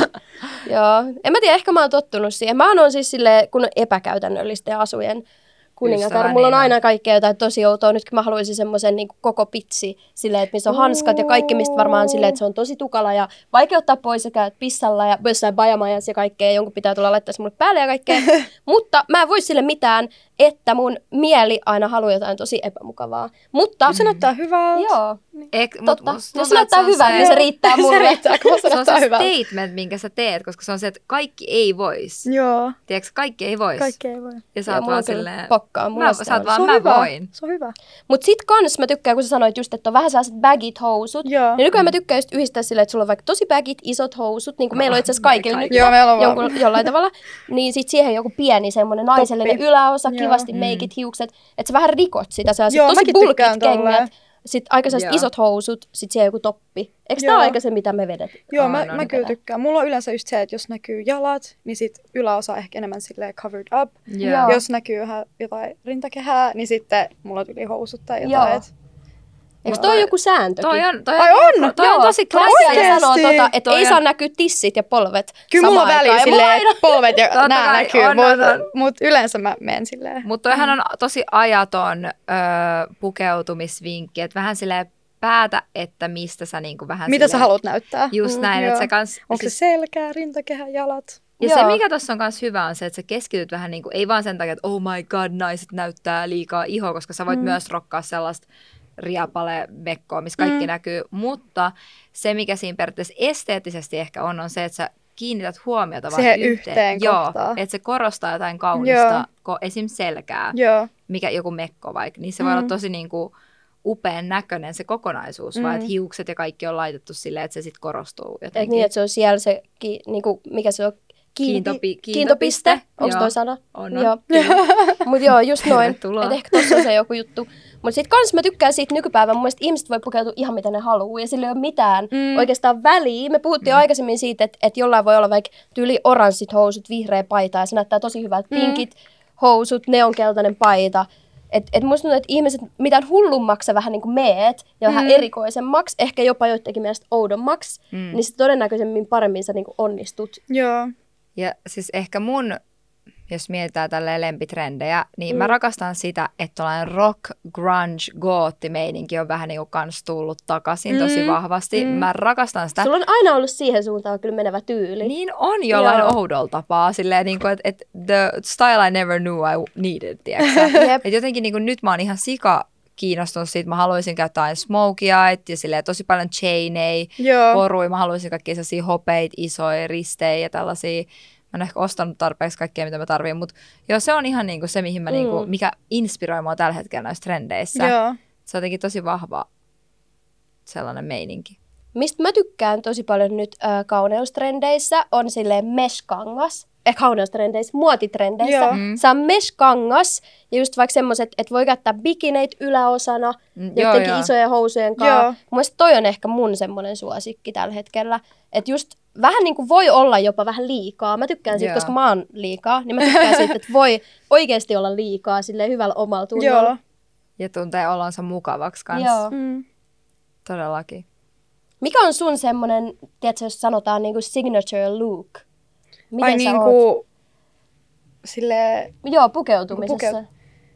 Joo. En mä tiedä, ehkä mä oon tottunut siihen. Mä oon siis silleen, kun on epäkäytännöllisten asujen kuningatar. Mulla on aina kaikkea jotain tosi outoa. Nyt mä haluaisin semmoisen niin koko pitsi, silleen, että missä on hanskat ja kaikki, mistä varmaan silleen, että se on tosi tukala ja vaikea ottaa pois ja käyt pissalla ja jossain bajamajassa ja kaikkea. Jonkun pitää tulla laittaa se mulle päälle ja kaikkea. Mutta mä en voi sille mitään, että mun mieli aina haluaa jotain tosi epämukavaa. Mutta se näyttää hyvältä. Joo. Totta. Jos se näyttää hyvältä, niin se riittää mulle. Se riittää, kun se näyttää hyvältä. Se on se statement, minkä sä teet, koska se on se, että kaikki ei vois. Joo. Tiedätkö, kaikki ei vois. Kaikki ei voi. Ja sä oot vaan silleen... Pokkaa. Sä oot vaan, mä voin. Se on hyvä. Mut sit kans mä tykkään, kun sä sanoit just, että on vähän sellaiset bagit housut. Joo. Niin nykyään mä tykkään just yhdistää silleen, että sulla on vaikka tosi bagit, isot housut, niin kuin meillä on itse asiassa kaikilla nyt jollain tavalla. Niin sit siihen joku pieni semmonen naisellinen yläosa, kivasti meikit, hiukset, että sä vähän rikot sitä, tosi bulkit kengät. Sitten aika sellaiset isot housut, sit siihen joku toppi. Eikö tää aika se, mitä me vedetään? Joo, mä kyllä tykkään. Mulla on yleensä just se, että jos näkyy jalat, niin sit yläosa ehkä enemmän silleen covered up. Joo. Jos näkyy jotain rintakehää, niin sitten mulla on yli housut tai jotain. Eikö toi joku sääntökin? Toi on tosi klassinen. Sanoo että ei saa näkyä tissit ja polvet. Kyllä mulla on väliin silleen, että polvet ja nää näkyy, mutta yleensä mä menen silleen. Mutta toihan on tosi ajaton pukeutumisvinkki, että vähän silleen päätä, että mistä sä niinku vähän mitä sä haluat näyttää. Just näin, että sä kans... Onko se selkää, rintakehä, jalat? Ja se, mikä tuossa on myös hyvä, on se, että sä keskityt vähän niin kuin, ei vaan sen takia, että oh my god, naiset näyttää liikaa ihoa, koska sä voit myös rokkaa sellaista riapale-mekkoa, missä kaikki näkyy. Mutta se, mikä siinä periaatteessa esteettisesti ehkä on se, että sä kiinnität huomiota vaan yhteen kohtaan. Että se korostaa jotain kaunista, esim. Selkää, mikä joku mekko vaikka, niin se voi olla tosi niin kuin upean näköinen se kokonaisuus, vaan että hiukset ja kaikki on laitettu silleen, että se sitten korostuu jotenkin. Eikö niin, että se on siellä se, niinku, mikä se on? Kiintopiste. Onko toi sana? On. Joo. Mutta joo, just noin. Että ehkä tossa on se joku juttu. Mutta sit kans mä tykkään siitä nykypäivän. Mun mielestä ihmiset voi pukeutua ihan mitä ne haluaa. Ja sillä ei ole mitään oikeastaan väliä. Me puhuttiin aikaisemmin siitä, että jollain voi olla vaikka tyyli oranssit housut, vihreä paita. Ja se näyttää tosi hyvältä. Pinkit housut, neonkeltainen paita. Et musta tuntuu, että ihmiset mitään hullummaksi vähän niin kuin meet ja vähän erikoisemmaksi, ehkä jopa joidenkin mielestä oudommaksi, niin sit todennäköisemmin paremmin sä niin kuin onnistut. Joo. Ja siis ehkä mun, jos mietitään tälleen lempitrendejä, niin mä rakastan sitä, että tällainen rock, grunge, gootti-meininki on vähän niin kuin kans tullut takaisin tosi vahvasti. Mä rakastan sitä. Sulla on aina ollut siihen suuntaan kyllä menevä tyyli. Niin on jollain oudolla tapaa, silleen niin kuin, että the style I never knew I needed, tiedätkö? Että jotenkin niin kuin nyt mä oon ihan kiinnostunut siitä. Mä haluaisin käyttää smokey-eyed ja silleen tosi paljon chaineja, koruja. Mä haluaisin kaikkia sellaisia hopeita, isoja ristejä ja tällaisia. Mä en ehkä ostanut tarpeeksi kaikkea, mitä mä tarvitsen, mutta joo, se on ihan niinku se, mihin mä niinku, mikä inspiroi mua tällä hetkellä näissä trendeissä. Joo. Se on jotenkin tosi vahva sellainen meininki. Mistä mä tykkään tosi paljon nyt kauneustrendeissä on silleen mesh-kangas. Kauneustrendeissä, muotitrendeissä. Se on mesh-kangas ja just vaikka semmoiset, että voi käyttää bikineit yläosana, jotenkin isojen housujen kanssa. Mun mielestä toi on ehkä mun semmoinen suosikki tällä hetkellä. Että just vähän niin kuin voi olla jopa vähän liikaa. Mä tykkään siitä, koska mä oon liikaa, niin mä tykkään siitä, että voi oikeasti olla liikaa silleen hyvällä omalla tunnolla. Joo. Ja tuntee olonsa mukavaksi kanssa. Joo. Todellakin. Mikä on sun semmoinen, tiedätkö, jos sanotaan niin kuin signature look? Miten ai niin kuin silleen... Joo, pukeutumisessa.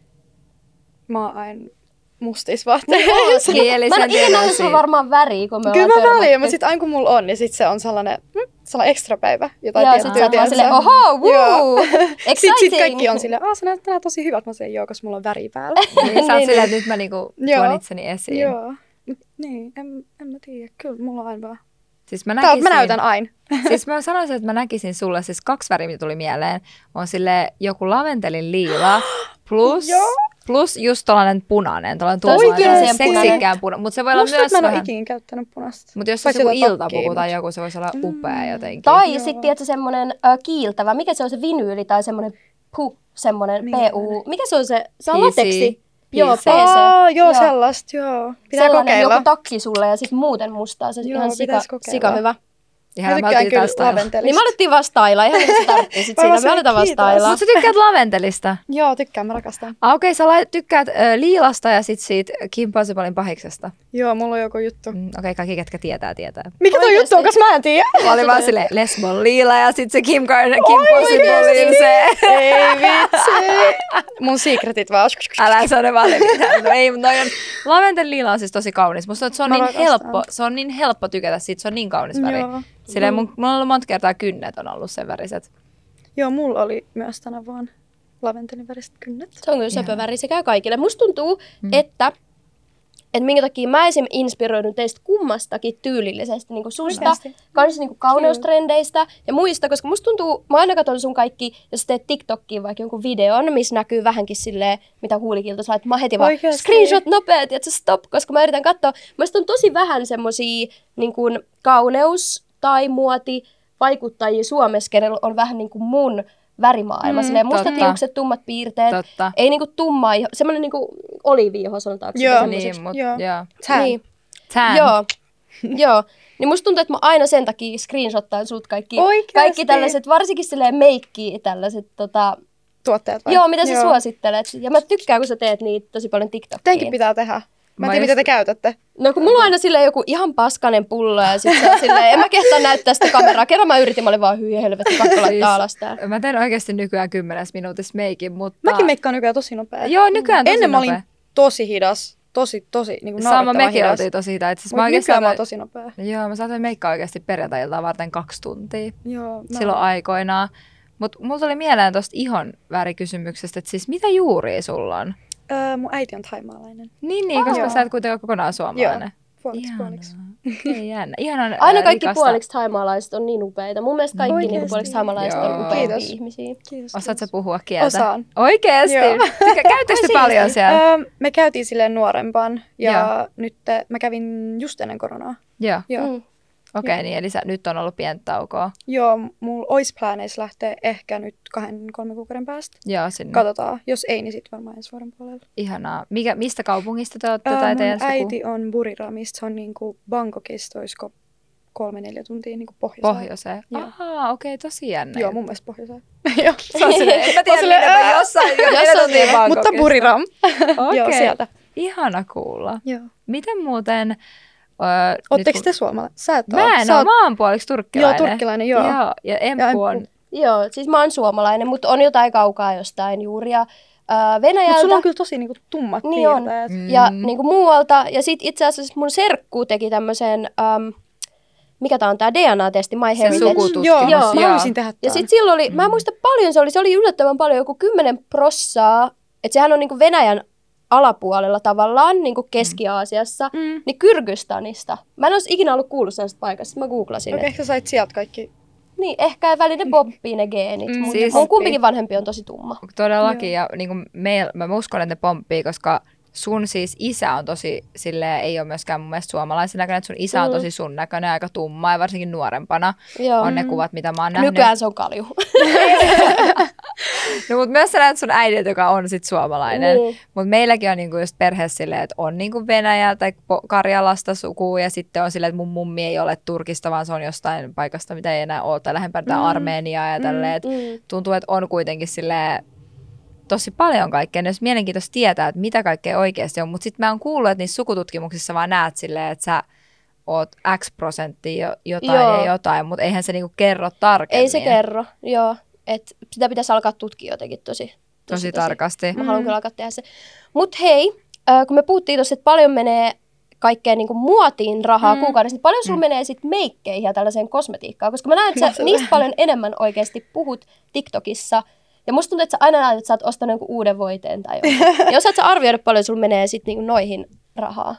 Mä oon aina mustisvaatteissa. Mä en ikinä nähnyt sun varmaan väriä, kun me kyllä ollaan törmätty. Kyllä mutta sit aina kun mulla on, niin sit se on sellainen ekstra päivä. Jotain tiettyä. Joo, sit sä oot silleen, oho, woo, exciting. Sit kaikki on silleen, se näyttää tosi hyvältä. Mä sanoin, joo, koska mulla on väri päällä. Niin, sä oot silleen, että nyt mä niinku tuon itseni esiin. Joo, niin, en mä tiedä. Kyllä mulla on aina vaan. Siis mä näytän aina. Siis mä sanoisin, että mä näkisin sulle, siis 2 väriä, mitä tuli mieleen, on sille joku laventelin liila plus just tollainen punainen, tollainen seksikkään punainen. Mutta se voi olla myös mä en ole ikinä käyttänyt punaista. Mutta jos se on joku iltapuku tai joku, se voisi olla upea jotenkin. Tai sitten tiedätkö semmoinen kiiltävä, mikä se on se vinyyli tai semmoinen semmoinen PU. Mikä se on se? Se on lateksi. Joo, PC. Joo, sellaista, joo. Pitää sellainen kokeilla. Joku takki sulle ja sitten muuten mustaa. Se on ihan sika hyvä. Ihan mä tykkään kyllä laventelista. Niin me alettiin vastailla, ihan mitä sä tarvittiin sit siinä. Me aletaan vastailla. Mutta sä tykkäät laventelista? Joo, tykkään, mä rakastan. Okei, sä tykkäät liilasta ja sit siitä Kim Possiblein pahiksesta. Joo, mulla on joku juttu. Okei, kaikki ketkä tietää. Mikä tuo juttu on, kas mä en tiedä? Mä olin vaan silleen Lesbon liila ja sit se Kim Possiblein se. Ei vitsi. Mun secretit vaan. Älä sano vaan mitään. No ei, mutta lavendel liila on siis tosi kaunis. Musta se on niin helppo tykätä siitä, se on niin kaunis väri. Silleen mulla on ollut monta kertaa kynnet on ollut sen väriset. Joo, mulla oli myös tänä vuonna laventelin väriset kynnet. Se on kyllä söpöväri, se käy kaikille. Musta tuntuu, että minkä takia mä esim. Inspiroidun teistä kummastakin tyylillisesti, niin kuin susta, kanssa niin kuin kauneustrendeistä ja muista, koska musta tuntuu, mä aina katson sun kaikki, jos teet TikTokkiin vaikka jonkun videon, missä näkyy vähänkin silleen, mitä huulikilta sä lait, mä heti vaan screenshot nopeat, että stop, koska mä yritän katsoa. Musta on tosi vähän semmosia niin kuin kauneus tai muoti vaikuttajia Suomessa, kenellä on vähän niin kuin mun värimaailma. Silleen mustat hiukset, tummat piirteet. Totta. Ei niinku tummaa, semmoinen niinku oliivi-iho sanotaanko. Joo, niin, mutta Tan. Niin. Joo. Niin musta tuntuu, että mä aina sen takia screenshottaan sut kaikki tällaiset, varsinkin silleen meikkiä tällaiset tuotteet vai? Joo, mitä sä suosittelet. Ja mä tykkään, kun sä teet niitä tosi paljon TikTokiin. Tämänkin pitää tehdä. Mä en tiedä, mitä te käytätte. No kun mulla on aina silleen joku ihan paskanen pullo ja sit se on silleen, en mä kehtaa näyttää sitä kameraa. Kerran mä yritin, mä olin vaan hyi helvetti, pakko laittaa alas tää. Mä teen oikeasti nykyään 10 minuutissa meikin, mutta... Mäkin meikkaan nykyään tosi nopea. Joo, nykyään tosi Ennen nopea. mä olin tosi hidas. Tosi niin kuin sama mekin oltiin tosi hidas. Siis nykyään mä oon tosi nopea. Joo, mä saatoin meikkaa oikeasti perjantai-iltaa varten 2 tuntia. Joo. Silloin aikoinaan. Mutta mulla tuli mieleen tosta ihon värikysymyksestä, että siis mitä juuria sulla on? Mun äiti on thaimaalainen. Niin, koska sä et kuitenkaan kokonaan suomalainen. Joo, puoliksi. Okei, jännä. Ihanan aina kaikki puoliksi thaimaalaiset on niin upeita. Mun mielestä kaikki niin puoliksi thaimaalaiset on upeita ihmisiä. Kiitos. Osaatko puhua kieltä? Osaan. Oikeesti? Käyttekö te paljon siellä? Me käytiin silleen nuorempaan ja nyt mä kävin just ennen koronaa. Joo. Okei, niin eli nyt on ollut pientä taukoa. Joo, mulla olisi plaaneissa lähteä ehkä nyt 2-3 kuukauden päästä. Joo, sinne. Katsotaan. Jos ei, niin sitten varmaan ensi vuoden puolella. Ihanaa. Mistä kaupungista te olette tai teidän mun äiti on Buriramista. Se on niinku Bangkokista, olisiko 3-4 tuntia niinku pohjoiseen. Ahaa, okei, tosi jännä. Joo, mun mielestä pohjoiseen. Joo. Se on silleen, en mä tiedä, mitä jossain Bangkokista. Mutta Buriram. Joo, sieltä. Ihana kuulla. Joo. Miten muuten... Ootteko te suomalainen? Sä et mä oon puoliksi turkkilainen. Joo, turkkilainen, joo. Ja Emppu on... Joo, siis mä oon suomalainen, mutta on jotain kaukaa jostain juuria Venäjältä. Mutta sulla on kyllä tosi niinku tummat piirteet. Ja niinku muualta. Ja sit itse asiassa mun serkku teki tämmöisen... mikä tää on tää DNA-testi, My Heritage. Sukututkimus. Joo, mä haluaisin tehdä tämän. Ja sit silloin oli, mä en muista paljon se oli yllättävän paljon, joku 10%, että sehän on niinku Venäjän alapuolella tavallaan, niin kuin Keski-Aasiassa, niin Kyrgyzstanista. Mä en olisi ikinä ollut kuullut sellaisesta paikasta, mä googlasin. Okei, ehkä sä sait sieltä kaikki. Niin, ehkä välillä poppii ne geenit, mutta siis mun kumpikin vanhempi on tosi tumma. Todellakin, ja niin kuin mä uskon, että ne pomppii, koska sun siis isä on tosi, silleen, ei ole myöskään mun mielestä suomalaisen näköinen, että sun isä on tosi sun näköinen, aika tumma ja varsinkin nuorempana on ne kuvat, mitä mä oon nähnyt. Nykyään se on kalju. No, mutta myös sä näet sun äidit, joka on sit suomalainen. Mutta meilläkin on niinku just perheessä silleen, että on niinku Venäjä tai Karjalasta sukua ja sitten on silleen, että mun mummi ei ole Turkista, vaan se on jostain paikasta, mitä ei enää ole, tai lähempänä Armeniaa ja tälleen. Tuntuu, että on kuitenkin silleen tosi paljon kaikkea. Olisi mielenkiintoista tietää, että mitä kaikkea oikeasti on. Mutta sitten mä oon kuullut, että niissä sukututkimuksissa vaan näet silleen, että sä oot X% jotain ja jotain, mutta eihän se niinku kerro tarkemmin. Ei se kerro, joo. Et sitä pitäisi alkaa tutkia jotenkin tosi tarkasti. Mä haluan kyllä alkaa tehdä se. Mutta hei, kun me puhuttiin tuossa, että paljon menee kaikkeen niinku muotiin rahaa kuukaudessa, niin paljon sulla menee sitten meikkeihin ja tällaiseen kosmetiikkaan? Koska mä näen, että sä niistä paljon enemmän oikeasti puhut TikTokissa. Ja musta tuntuu, että sä aina näet, että sä oot ostanut jonkun uuden voiteen tai jotain. Ja osaat sä arvioida paljon sulla menee sitten niinku noihin rahaa?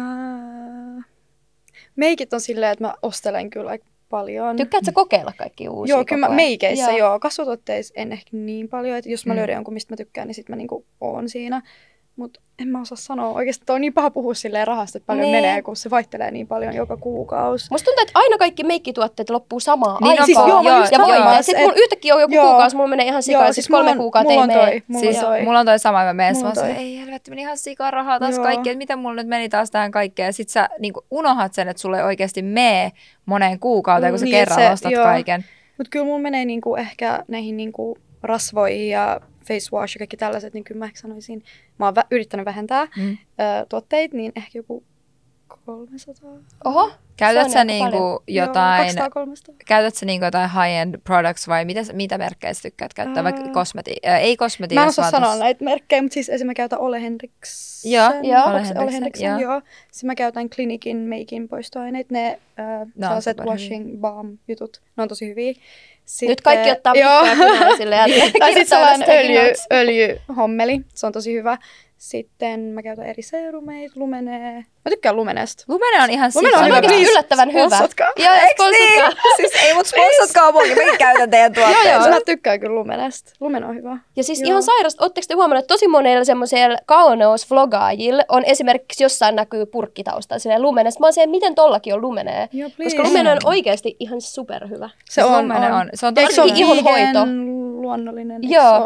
Meikit on silleen, että mä ostelen kyllä aika paljon. Tykkäätkö kokeilla kaikki uusia? Joo, kyllä mä meikeissä joo. Kasvotuotteissa en ehkä niin paljon, että jos mä löydän jonkun, mistä mä tykkään, niin sit mä niinku oon siinä. Mutta en mä osaa sanoa. Oikeasti on niin paha puhua silleen rahasta, että paljon menee, kun se vaihtelee niin paljon joka kuukausi. Musta tuntuu, että aina kaikki meikkituotteet loppuu samaan Niin, aikaan. siis joo, ja voitte. Sitten mulla yhtäkkiä on joku kuukausi, mulla menee ihan sikaa, siis 3 kuukautta ei mene. Mulla on toi sama, mä menen, mä sanoin, ei helvetti, meni ihan sikaa rahaa taas kaikki, että mitä mulla nyt meni taas tähän kaikkeen. Ja sit sä niinku unohat sen, että sulle ei oikeasti mene moneen kuukauteen, kun sä kerran ostat kaiken. Mutta kyllä mulla menee niinku ehkä näihin niinku rasvoihin ja face wash ja kaikki tällaiset, niin kyllä mä ehkä sanoisin, mä oon yrittänyt vähentää tuotteita, niin ehkä joku 300. Oho. Käytät sä niinku jotain, 200-300. Käytät sä niinku jotain high-end products vai mitä merkkejä sä tykkäät käyttää? Vaikka ei kosmetiikassa. Mä en osaa sanoa näitä merkkejä, mutta siis esimerkiksi mä käytän Ole Henriksen. Ole Henriksen, joo. Sitten mä käytän Clinicin Make-in poistoaineet, ne sellaiset washing balm jutut. Ne on tosi hyviä. Sitten, nyt kaikki ottaa mikkiä silleen. Tai sitten sellainen öljyhommeli, se on tosi hyvä. Sitten mä käytän eri serumeita, Lumenee. Mä tykkään Lumenesta. Lumene on ihan Lumene on oikeasti yllättävän hyvä. Sponsatkaa. Joo, sponsatkaa. Siis ei mut sponsatkaa muakin, mäkin käytän teidän tuotteita. Joo, mä tykkään kyllä Lumenesta. Lumene on hyvä. Ja siis ihan sairasta, ootteko te huomannut, että tosi monella semmoisella kauneusvlogaajilla on esimerkiksi jossain näkyy purkkitaustalla silleen Lumenesta. Mä oon se, miten tollakin on Lumenee. Koska Lumene on oikeasti ihan superhyvä. Se on. Se on tosi ihonhoito. Luonnollinen.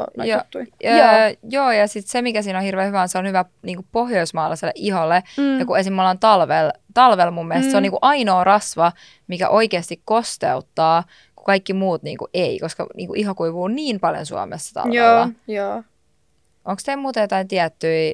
Joo, ja sitten se, mikä siinä on hirveän hyvä, se on hyvä niinku pohjoismaalaiselle iholle. Ja kun esim. Me ollaan talvella mun mielestä, se on niinku ainoa rasva, mikä oikeasti kosteuttaa, kun kaikki muut niinku ei, koska niinku iho kuivuu niin paljon Suomessa talvella. Joo. Onko teillä muuten jotain tiettyjä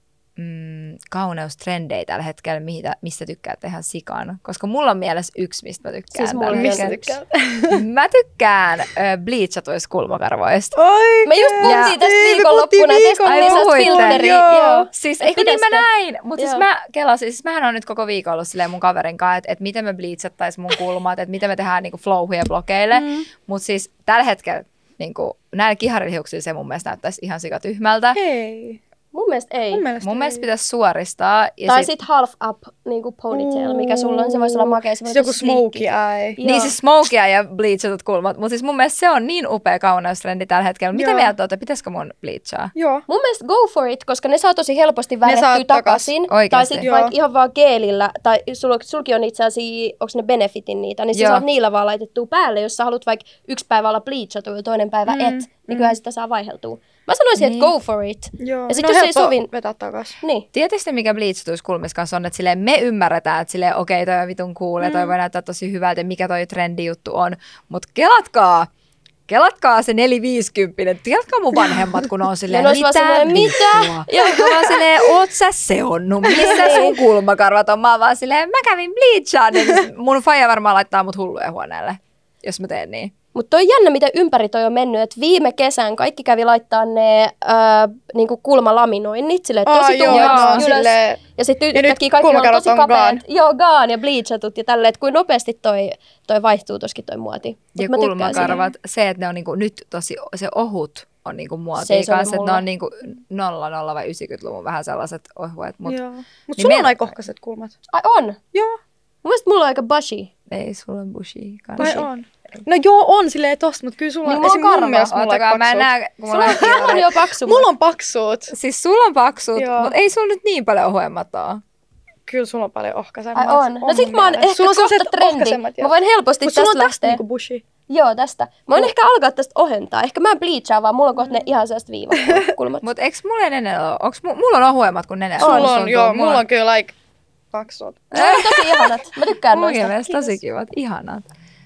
kauneustrendejä tällä hetkellä, mistä tykkäät ihan sikaan? Koska mulla on mielessä yksi, mistä mä tykkään. Siis mulla mistä tykkään? Mä tykkään bleachatuista kulmakarvoista. Me just puhuttiin tästä viikonloppuna, testattiin sellaista filteriä. Joo. Siis eikö niin mä näin? Mutta siis mä kelasin, siis mähän on nyt koko viikon ollut silleen mun kaverin kanssa, että miten me bleachattais mun kulmat, että miten me tehdään niinku flowhuja blokeille. Mutta siis tällä hetkellä niinku, näillä kiharilihuksilla se mun mielestä näyttäisi ihan sikatyhmältä. Ei. Mun mielestä ei. Mun mielestä pitäisi suoristaa. Ja tai sit half up niinku ponytail, mikä sulla on, se voisi olla makea. Se joku smokey eye. Niin siis smokey eye ja bleachatut kulmat. Mutta siis mun mielestä se on niin upea kauneustrendi tällä hetkellä. Mitä mieltä olette? Pitäisikö mun bleachaa? Joo. Mun mielestä go for it, koska ne saa tosi helposti värjättyä takaisin. Tai sit vaikka ihan vaan geelillä. Tai sulki on itse asiassa, onko ne Benefitin niitä, niin sä saat niillä vaan laitettua päälle. Jos sä haluat vaikka yksi päivä olla bleachatu ja toinen päivä et, niin kyllähän sitä saa vaihdeltua. Mä sanoisin, että go for it. Joo. Ja sit jos ei sovi vetää takas. Niin. Tiedätkö mikä bleachatuissa kulmissa kanssa on, että silleen me ymmärretään, että silleen okei, toi on vitun cool ja toi voi näyttää tosi hyvältä ja mikä toi trendi juttu on. Mutta kelatkaa se 450. Kelatkaa mun vanhemmat, kun on silleen, mitä? Ja mä vaan silleen, oot sä seonnut? Missä sun kulmakarvat on? Mä vaan silleen, mä kävin bleachaan. Mun faija varmaan laittaa mut hullujen huoneelle, jos mä teen niin. Mutta toi jännä, miten ympäri toi on mennyt, että viime kesän kaikki kävi laittaa ne niinku kulmalaminoinnit, silleen tosi tuomat ylös. Ja sitten yhtäkkiä kaikki on tosi kapeat. Joo, gaan ja bleachatut ja tälleen, että kuin nopeasti toi vaihtuu toskin toi muoti. Ja kulmakarvat, se, että ne on niinku nyt tosi, se ohut on niinku muotia kanssa, että ne on niinku 00 vai 90-luvun vähän sellaiset ohuet. Mutta sulla on aika ohkaiset kulmat. Ai on? Joo. Mun mielestä mulla on aika bushy. Ei, sulla on bushy kanssa. Vai on? No joo, on silleen tosta, mutta kyllä sulla niin on mun mielestä mulla on paksut. Sulla on jo paksut. Mulla on paksut. Siis sulla on paksut, mutta ei sulla nyt niin paljon ohuemmat ole. Kyllä sulla on paljon ohkaisemmat. Ai on. No sit mä oon ehkä kohta trendi. Mä voin helposti tästä lähteä. Mutta sulla on tästä niinku bushy. Joo, tästä. Mä voin ehkä alkaa tästä ohentaa. Ehkä mä en bleachaa, vaan mulla on kohta ne ihan sellaiset viivakulmat. Mutta eikö mulla Nenellä ole? Mulla on ohuemmat kuin Nenellä? Sulla on, joo. Mulla on kyllä paksut. Ne on tosi ihanat. Mä tykkään noista. Mun mielestä tosi kivat. Ihanat.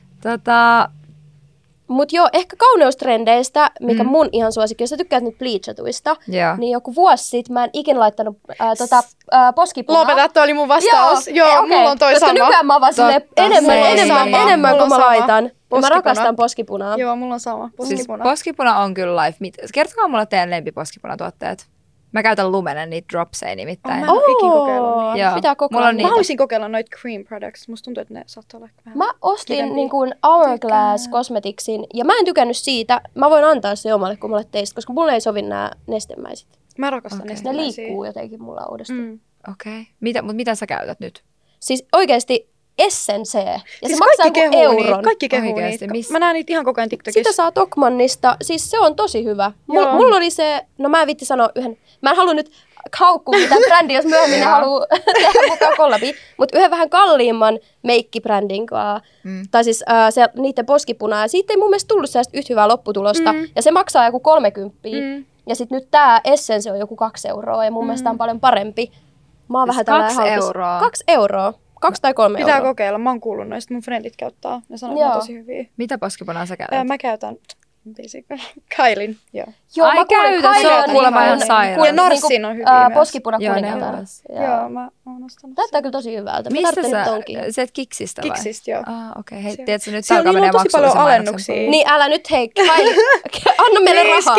Mut joo, ehkä kauneustrendejä, mikä mun ihan suosikki, jos sä tykkäät nyt bleachatuista, niin joku vuosi sitten mä en ikinä laittanut poskipunaa. Lopeta, toi oli mun vastaus. Joo, mulla on toi koska sama. nykyään mä vaan enemmän kun mä laitan. Ja mä rakastan poskipunaa. Joo, mulla on sama. Poskipuna. Siis poskipuna on kyllä life. Kertokaa mulle teidän lempiposkipunatuotteet. Mä käytän Lumenen niitä dropseja nimittäin. Mä en ole ikinä kokeillut. Joo. Pitää kokeilla. Mä haluaisin kokeilla noita cream products. Musta tuntuu, että ne saattaa olla vähän. Mä ostin niin kuin Hourglass Cosmeticsin ja mä en tykännyt siitä. Mä voin antaa se omalle kummalle teistä, koska mulle ei sovi nämä nestemäiset. Mä rakastan nestemäisiä. Ne liikkuu jotenkin mulla uudestaan. Okei. Mutta mitä sä käytät nyt? Siis oikeesti Essence. Ja siis se maksaa joku euron. Kaikki kehuu niitä. Mä näen niitä ihan koko ajan TikTokissa. Sitä saa Tokmannista. Siis se on tosi hyvä. Mulla oli se, no mä en viitti sanoa yhden. Mä en halua nyt haukkua mitään brändiä, jos myöhemmin ne haluaa tehdä mukaan kollabi. Mutta yhden vähän kalliimman meikkibrändin kanssa. Tai siis niiden poskipunaa. Ja siitä ei mun mielestä tullut sellaista yhtä hyvää lopputulosta. Ja se maksaa joku 30. Ja sit nyt tää Essence on joku 2 euroa. Ja mun mielestä on paljon parempi. Mä oon vähän tällainen 2 euroa? 2 euroa. 2 tai 3 Pitää euroa. kokeilla. Mä oon kuullut noista. Mun friendit käyttää. Ne sanoo, että ne on tosi hyviä. Mitä poskipunaa sä käytät? Mä käytän Kailin. Joo. Joo, mä käytän. Se on kuulemma ihan sairaan. Ja Narssin on hyviä myös. Poskipuna kuningatar. Joo, mä oon ostanut. Näyttää kyllä tosi hyvältä. Mistä sä? Se Kiksistä vai? Kiksistä, joo. Okei. Hei, tiedätkö nyt siellä alkaa menee maksullisen maksullisen paljon alennuksia. Niin, älä nyt hei. Anna meille rahaa.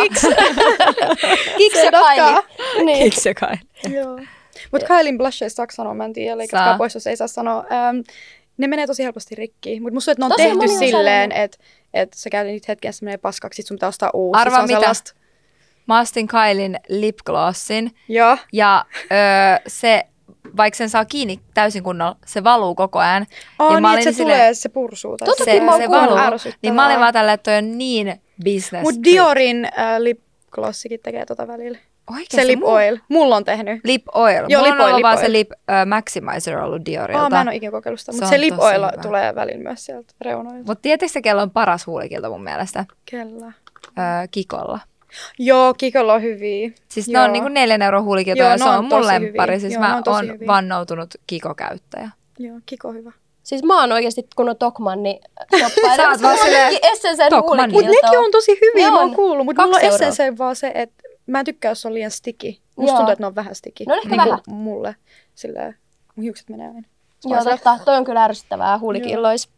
Kiks ja Kaili. Kiks ja Kaili. Joo. Mutta Kailin blusheista saako sanoa, mä en tiedä, leikatkaa pois, jos ei saa sanoa. Ne menee tosi helposti rikki, mutta musta että ne on tehty silleen, että sä käytät niitä hetken, se menee paskaksi, sit sun pitää ostaa uusi. Arvaa mitä? Sellaista... Mä ostin Kailin lipglossin. Joo. Ja se, vaikka sen saa kiinni täysin kunnolla, se valuu koko ajan. Ja mä olin se tulee, se pursuu. Tai se valuu. Niin mä olin vaan tällä, että toi on niin business. Mut Diorin lipglossikin tekee tota välillä. Oikeasti? Se lip oil. Mulla on tehnyt. Lip oil. Joo, mulla lip on oil, ollut vaan oil. se lip maximizer ollut Diorilta. Mä en ole ikinä kokeillut sitä, mutta se lip oil tulee välillä myös sieltä reunoilta. Mutta tiedättekö se, kello on paras huulikilta mun mielestä? Kella? Kikolla. Joo, Kikolla on hyviä. Siis ne on niinku 4 € huulikilta ja se on mun lemppari. Siis mä oon vannoutunut Kiko-käyttäjä. Joo, Kiko on hyvä. Siis mä oon oikeesti kun on Tokmanni shoppailla. Sä oot vaan silleen Tokmanni. Mut nekin on tosi hyviä, mä oon kuullut. Mut mulla on Essence vaan se, että mä en tykkää, jos on liian sticky. Musta tuntuu, että ne on vähän sticky. No ehkä vähän. Mulle. Silleen, mun hiukset menee aina. Joo, totta. Toi on kyllä ärsyttävää huulikillois.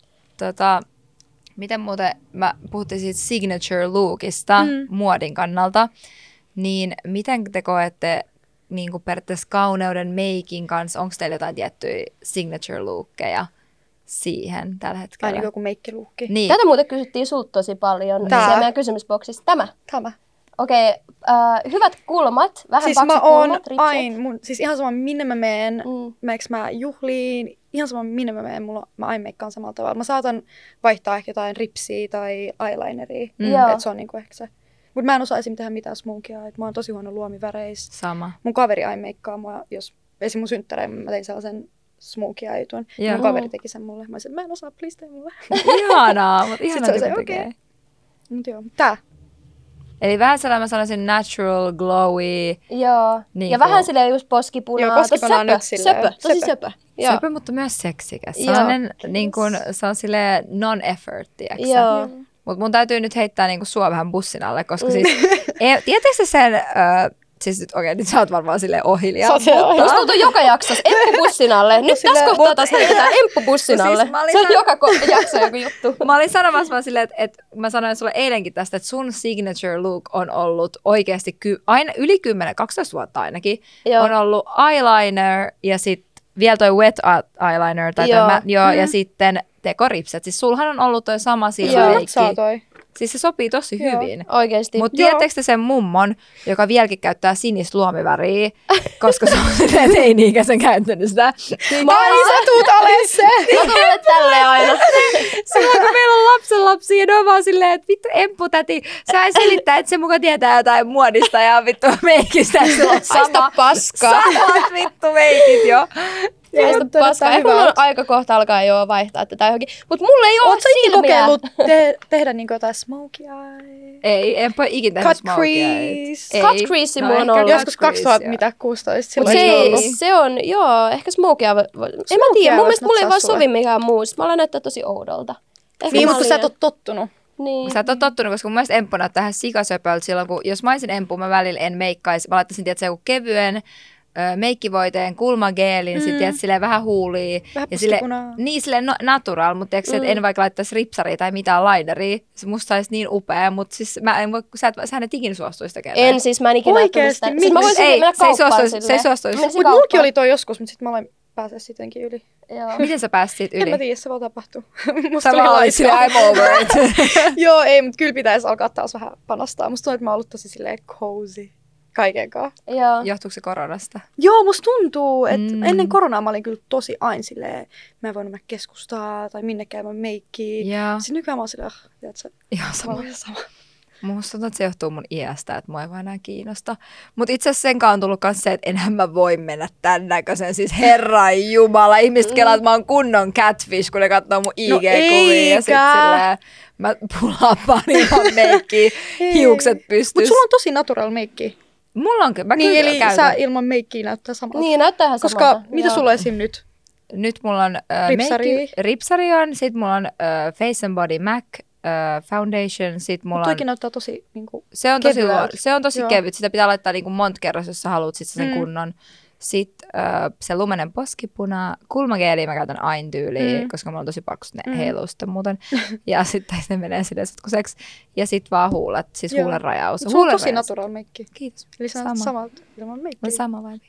Miten muuten, mä puhuttiin siitä signature lookista muodin kannalta, niin miten te koette niin kuin periaatteessa kauneuden meikin kanssa, onko teillä jotain tiettyjä signature lookkeja siihen tällä hetkellä? Aina joku meikkiluukki. Niin. Tätä muuten kysyttiin sulta tosi paljon siellä meidän kysymysboksissa. Tämä. Okei, hyvät kulmat, vähän siis paksut kulmat, ripset. Siis ihan sama minne mä meen, meneekö mä juhliin, ihan sama minne mä meen, mä aina meikkaan samalla tavalla. Mä saatan vaihtaa ehkä jotain ripsiä tai eyelineria, että se on niinku ehkä se. Mutta mä en osaa esim. Tehdä mitään smunkia, että mä oon tosi huono luomiväreissä. Sama. Mun kaveri aina meikkaa mua, jos esim. Mun synttärein mä tein sellaisen smunkia jutun. Mun kaveri teki sen mulle. Mä sanoin, mä en osaa, please tee mulle. Ihanaa, mutta ihanaa se tekee. Okay. Mut joo, tää. Eli vähän sellainen, mä sanoisin natural, glowy. Joo, niin ja vähän silleen just poskipunaa. Joo, poskipuna on nyt silleen. Tosi söpö. Söpö, mutta myös seksikäs. Sellainen, niin kun, se on silleen non-effort, tiiäksä? Joo. Mutta mun täytyy nyt heittää niinku sua vähän bussin alle, koska siis, tiedätkö sen, siis nyt sä oot varmaan silleen ohilia. Musta tuntuu joka jaksossa, emppu-bussin alle. Nyt tässä kohtaa taas heitetään emppu-bussin alle. Se on joka jakso joku juttu. Mä olin sanomassa vaan silleen, että mä sanoin sulle eilenkin tästä, että sun signature look on ollut oikeasti aina yli 10-12 vuotta ainakin. Joo. On ollut eyeliner ja sitten vielä toi wet eyeliner tai ja sitten tekoripset. Siis sulhan on ollut toi sama silmäleikki. Siis se sopii tosi hyvin. Oikeesti. Mutta tiedättekö te sen mummon, joka vieläkin käyttää sinistä luomiväriä, koska se on silleen teini-ikäisen käyttänyt sitä. Ai sä tuut oleen se! Mä tulen tälleen aina. Silloin kun meillä on lapsenlapsia ja ne on vaan silleen, että vittu emputäti, sä ei selittää, että se muka tietää jotain muodista ja vittu meikistä. Aista paskaa. Samat vittu meikit jo. Aista paskaa. Ehkä mulla on aika kohta alkaa jo vaihtaa tätä johonkin. Mut mulla ei ole silmiä. Ootko kokeillut tehdä niinku jotain smokey eye? Ei, en voi ikinä tehdä smokey eye. Cut crease mulla on ollut. Joskus 2016 se on, joo, ehkä smokey eye. En mä tiedä, mun mielestä mulla ei vaan sovi mikään muu. Sitten mä aloin näyttää tosi oudolta. Niin, mutta sä et ole tottunut. Niin. Sä et ole tottunut, koska mun mielestä emppu näyttää ihan sikasöpöltä silloin, kun jos mä olisin emppu, mä välillä en meikkaisi. Mä laittaisin tietysti joku kevyen meikkivoiteen, kulmageelin, sitten silleen vähän huulia. Vähän ja silleen natural, mutta en vaikka laittaisi ripsaria tai mitään lineria. Se musta saisi niin upea, mutta siis mä en voi, sähän et ikinä suostuisi tekemään. En, siis mä en ikinä oikeesti, sitä. Siis mä voisin mennä kauppaan se ei suostuisi. Mutta mullakin oli toi joskus, mutta sit mä aloin pääsee sittenkin yli. Joo. Miten sä pääsit siitä yli? En mä tiedä, se vaan tapahtuu. Sä vaan olit silleen, I'm over it. Joo, ei, mutta kyllä pitäisi alkaa taas vähän panostaa. Musta tuntuu, että mä oon ollut tosi silleen cozy kaikenkaan. Joo. Johtuuko se koronasta? Joo, musta tuntuu, että ennen koronaa mä olin kyllä tosi aina silleen, mä en voinut mennä keskustaa tai minnekään mä meikkiin. Sitten nykyään mä oon silleen, tiedätkö, ihan sama. sama. Musta tuntuu, että se johtuu mun iästä, että mua ei vaan enää kiinnosta. Mutta itse asiassa senkaan on tullut myös se, että enhän mä voi mennä tän näköisen. Siis herran jumala, ihmiset kelaa, että mä oon kunnon catfish, kun ne katsoo mun IG-kuvia. Ja sit silleen, mä pulaappaan ilman meikkiä, hiukset pystyssä. Mutta sulla on tosi natural meikki. Mulla on mä niin, kyllä eli käytän. sä ilman meikkiä näyttää samalta. Niin, näyttää ihan samalta. Koska mitä sulla on esim. Nyt? Nyt mulla on Ripsari on, sit mulla on Face and Body MAC foundation, sit mulla on... Toikin näyttää tosi niinku se on tosi kevyt, sitä pitää laittaa niinku monta kerros, jos sä haluat sit sen kunnon. Sitten se lumenen poskipuna, kulmageeliä mä käytän aina tyyliin, koska mulla on tosi paksut, ne heiluu sitten muuten. Ja sitten ne menee silleen sotkuseksi. Ja sitten vaan huulet, siis huulenrajaus. Sulla on tosi natural meikki. Kiitos. Eli sä oot samalta ilman meikkiä. Sama vibe.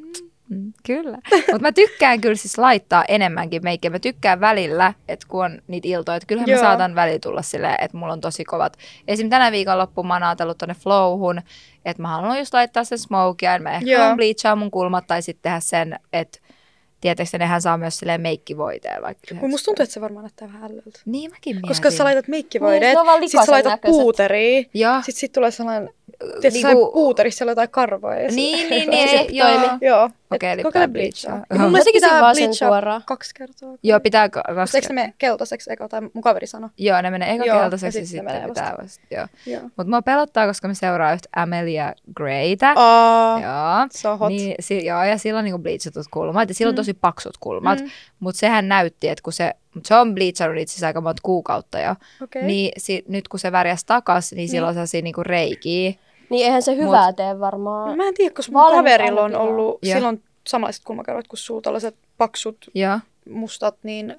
Kyllä. Mutta mä tykkään kyllä siis laittaa enemmänkin meikkiä. Mä tykkään välillä, että kun on niitä iltoja, että kyllähän mä saatan välillä tulla silleen, että mulla on tosi kovat. Esim. Tänä viikonloppuun mä oon ajatellut tonne Flowhun, että mä haluan just laittaa sen smokea, mä ehkä haluan bleachaa mun kulmat tai sitten tehdä sen, että tietysti nehän saa myös silleen meikkivoiteen vaikka. Musta tuntuu, että se varmaan näyttää vähän ällöltä. Niin mäkin mietin. Koska jos sä laitat meikkivoideet, sit sä laitat puuteria, sit tulee sellainen... Tietysti niinku... puuterissa siellä jotain karvoja. Niin, joo. Okei, kokeile bleachaa. Mun mielestä pitää bleachaa 2 kertaa. Joo, pitää 2 kertaa. Eikö ne mene keltaiseksi eka, tai mun kaveri sanoi? Joo, ne menee eka keltaiseksi ja sitten pitää vasta. Mutta mua pelottaa, koska me seuraa yhtä Amelia Greytä. Joo. So hot. Niin, ja sillä on niinku bleachatut kulmat ja sillä on tosi paksut kulmat. Mutta sehän näytti, että kun se on bleachannut itse asiassa aika monta kuukautta jo. Niin nyt kun se värjäsi takas, niin sillä on sellaisia niinku reikiä. Niin eihän se hyvää tee varmaan. Mä en tiedä, koska mun kaverilla on ollut silloin samanlaiset kulmakarvat kuin sulla, tällaiset paksut mustat, niin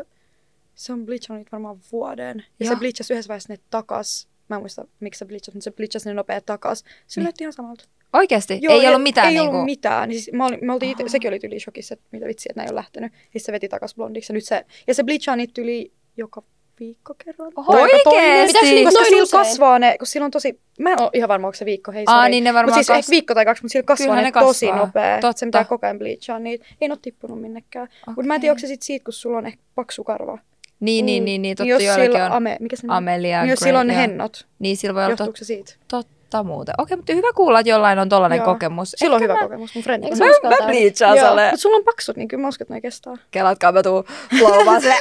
se on bleachannut niitä varmaan vuoden. Ja se bleachasi yhdessä vaiheessa ne takas. Mä en muista, miksi se bleachasi, mutta se bleachasi ne nopea takas. Se näytti ihan samalta. Oikeesti? Joo, ei ollut mitään? Ei ollut mitään. Niin siis me oltiin sekin oli yli shokissa, että mitä vitsiä, että näin on lähtenyt. Ja se veti takas blondiksi. Ja se bleachaa niitä yli joka viikko kerran. Oikeesti? Koska sillä kasvaa ne, kun sillä on tosi... Mä en ole ihan varma, onko se viikko, hei sori. Niin ne varmaan mutta siis ehkä viikko tai 2, mutta sillä kasvaa ne tosi nopea. Totta. Se pitää koko ajan bleachaa niitä. Ei ne ole tippunut minnekään. Mutta mä en tiedä, onko se siitä, kun sulla on ehkä paksu karva. Niin, totta jos joillekin on Amelia. Niin jos sillä on ne hennot. Niin sillä voi olla johtuuko se siitä? Totta muuten. Okei, mutta hyvä kuulla, että jollain on tollainen kokemus. Sillä on hyvä kokemus, mun frendi. Mä bleachaan salle. Mutta sulla on paksut, niin kyllä mä uskon, että ne kestää. Kelatkaa mä tuun flowmaan silleen.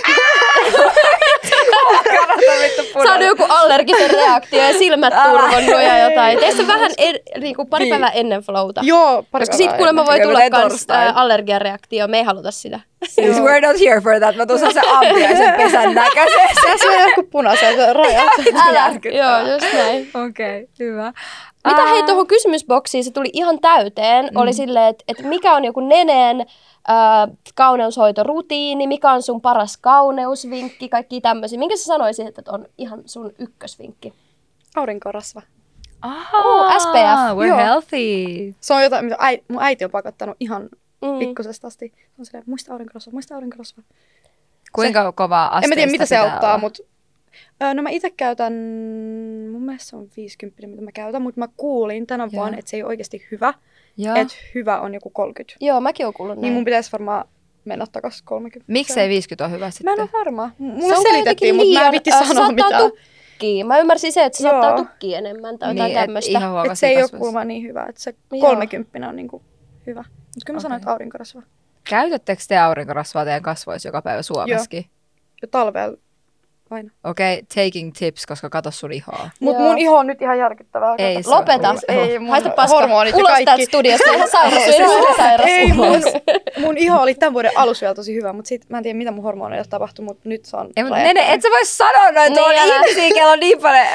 Saanut joku allergisen reaktio ja silmät turvonnut ja jotain. Tee se vähän niinku pari päivää ennen flowta. Joo, pari koska sit kuulemma voi tulla kans allergiareaktio. Me ei haluta sitä. Siis we're not here for that. Mä tuun se ampiaisen pesän näköisesti. Se on joku punaiset rajat. Älä. Joo, just näin. Okei, hyvä. Mitä hei tuohon kysymysboksiin, se tuli ihan täyteen. Oli silleen, että mikä on joku neneen kauneushoitorutiini, mikä on sun paras kauneusvinkki, kaikki tämmöisiä. Minkä sä sanoisit, että on ihan sun ykkösvinkki? Aurinkorasva. SPF. We're healthy. Se on jotain, mitä mun äiti on pakottanut ihan pikkusesta asti. Se on silleen, muista aurinkorasva. Kuinka kovaa asteista? En mä tiedä, mitä se auttaa, mutta... No mä itse käytän, mun mielestä se on 50, mitä mä käytän, mutta mä kuulin tänä vuonna, että se ei ole oikeasti hyvä. Että hyvä on joku 30. Joo, mäkin oon kuullut näin. Niin mun pitäisi varmaan mennä takaisin 30. Miksei 50 ole hyvä sitten? Mä en ole varma. Mulle selitettiin, mutta mä en vitti sanoa mitään. Tukkii. Mä ymmärsin se, että se saattaa tukkii enemmän tai jotain tämmöistä. Että se ei ole kuulemma niin hyvä, että se 30 on niinku hyvä. Mutta kyllä mä sanoin, että aurinkorasva. Käytättekö te aurinkorasvaa teidän kasvoissa joka päivä Suomessakin? Joo. Ja talvella aina. Okei, taking tips, koska kato sun ihoa. Mut mun iho on nyt ihan järkyttävää. Ei lopeta. Ei, mun haista paska. Hormonit ulos kaikki. täältä studiosta, ihan sairas. Ei, mun iho oli tämän vuoden alussa vielä tosi hyvä, mutta sit mä en tiedä mitä mun hormoneille tapahtui, mutta nyt se on et sä vois sanoa noin, tuolla ihmisiä, kello on niin paljon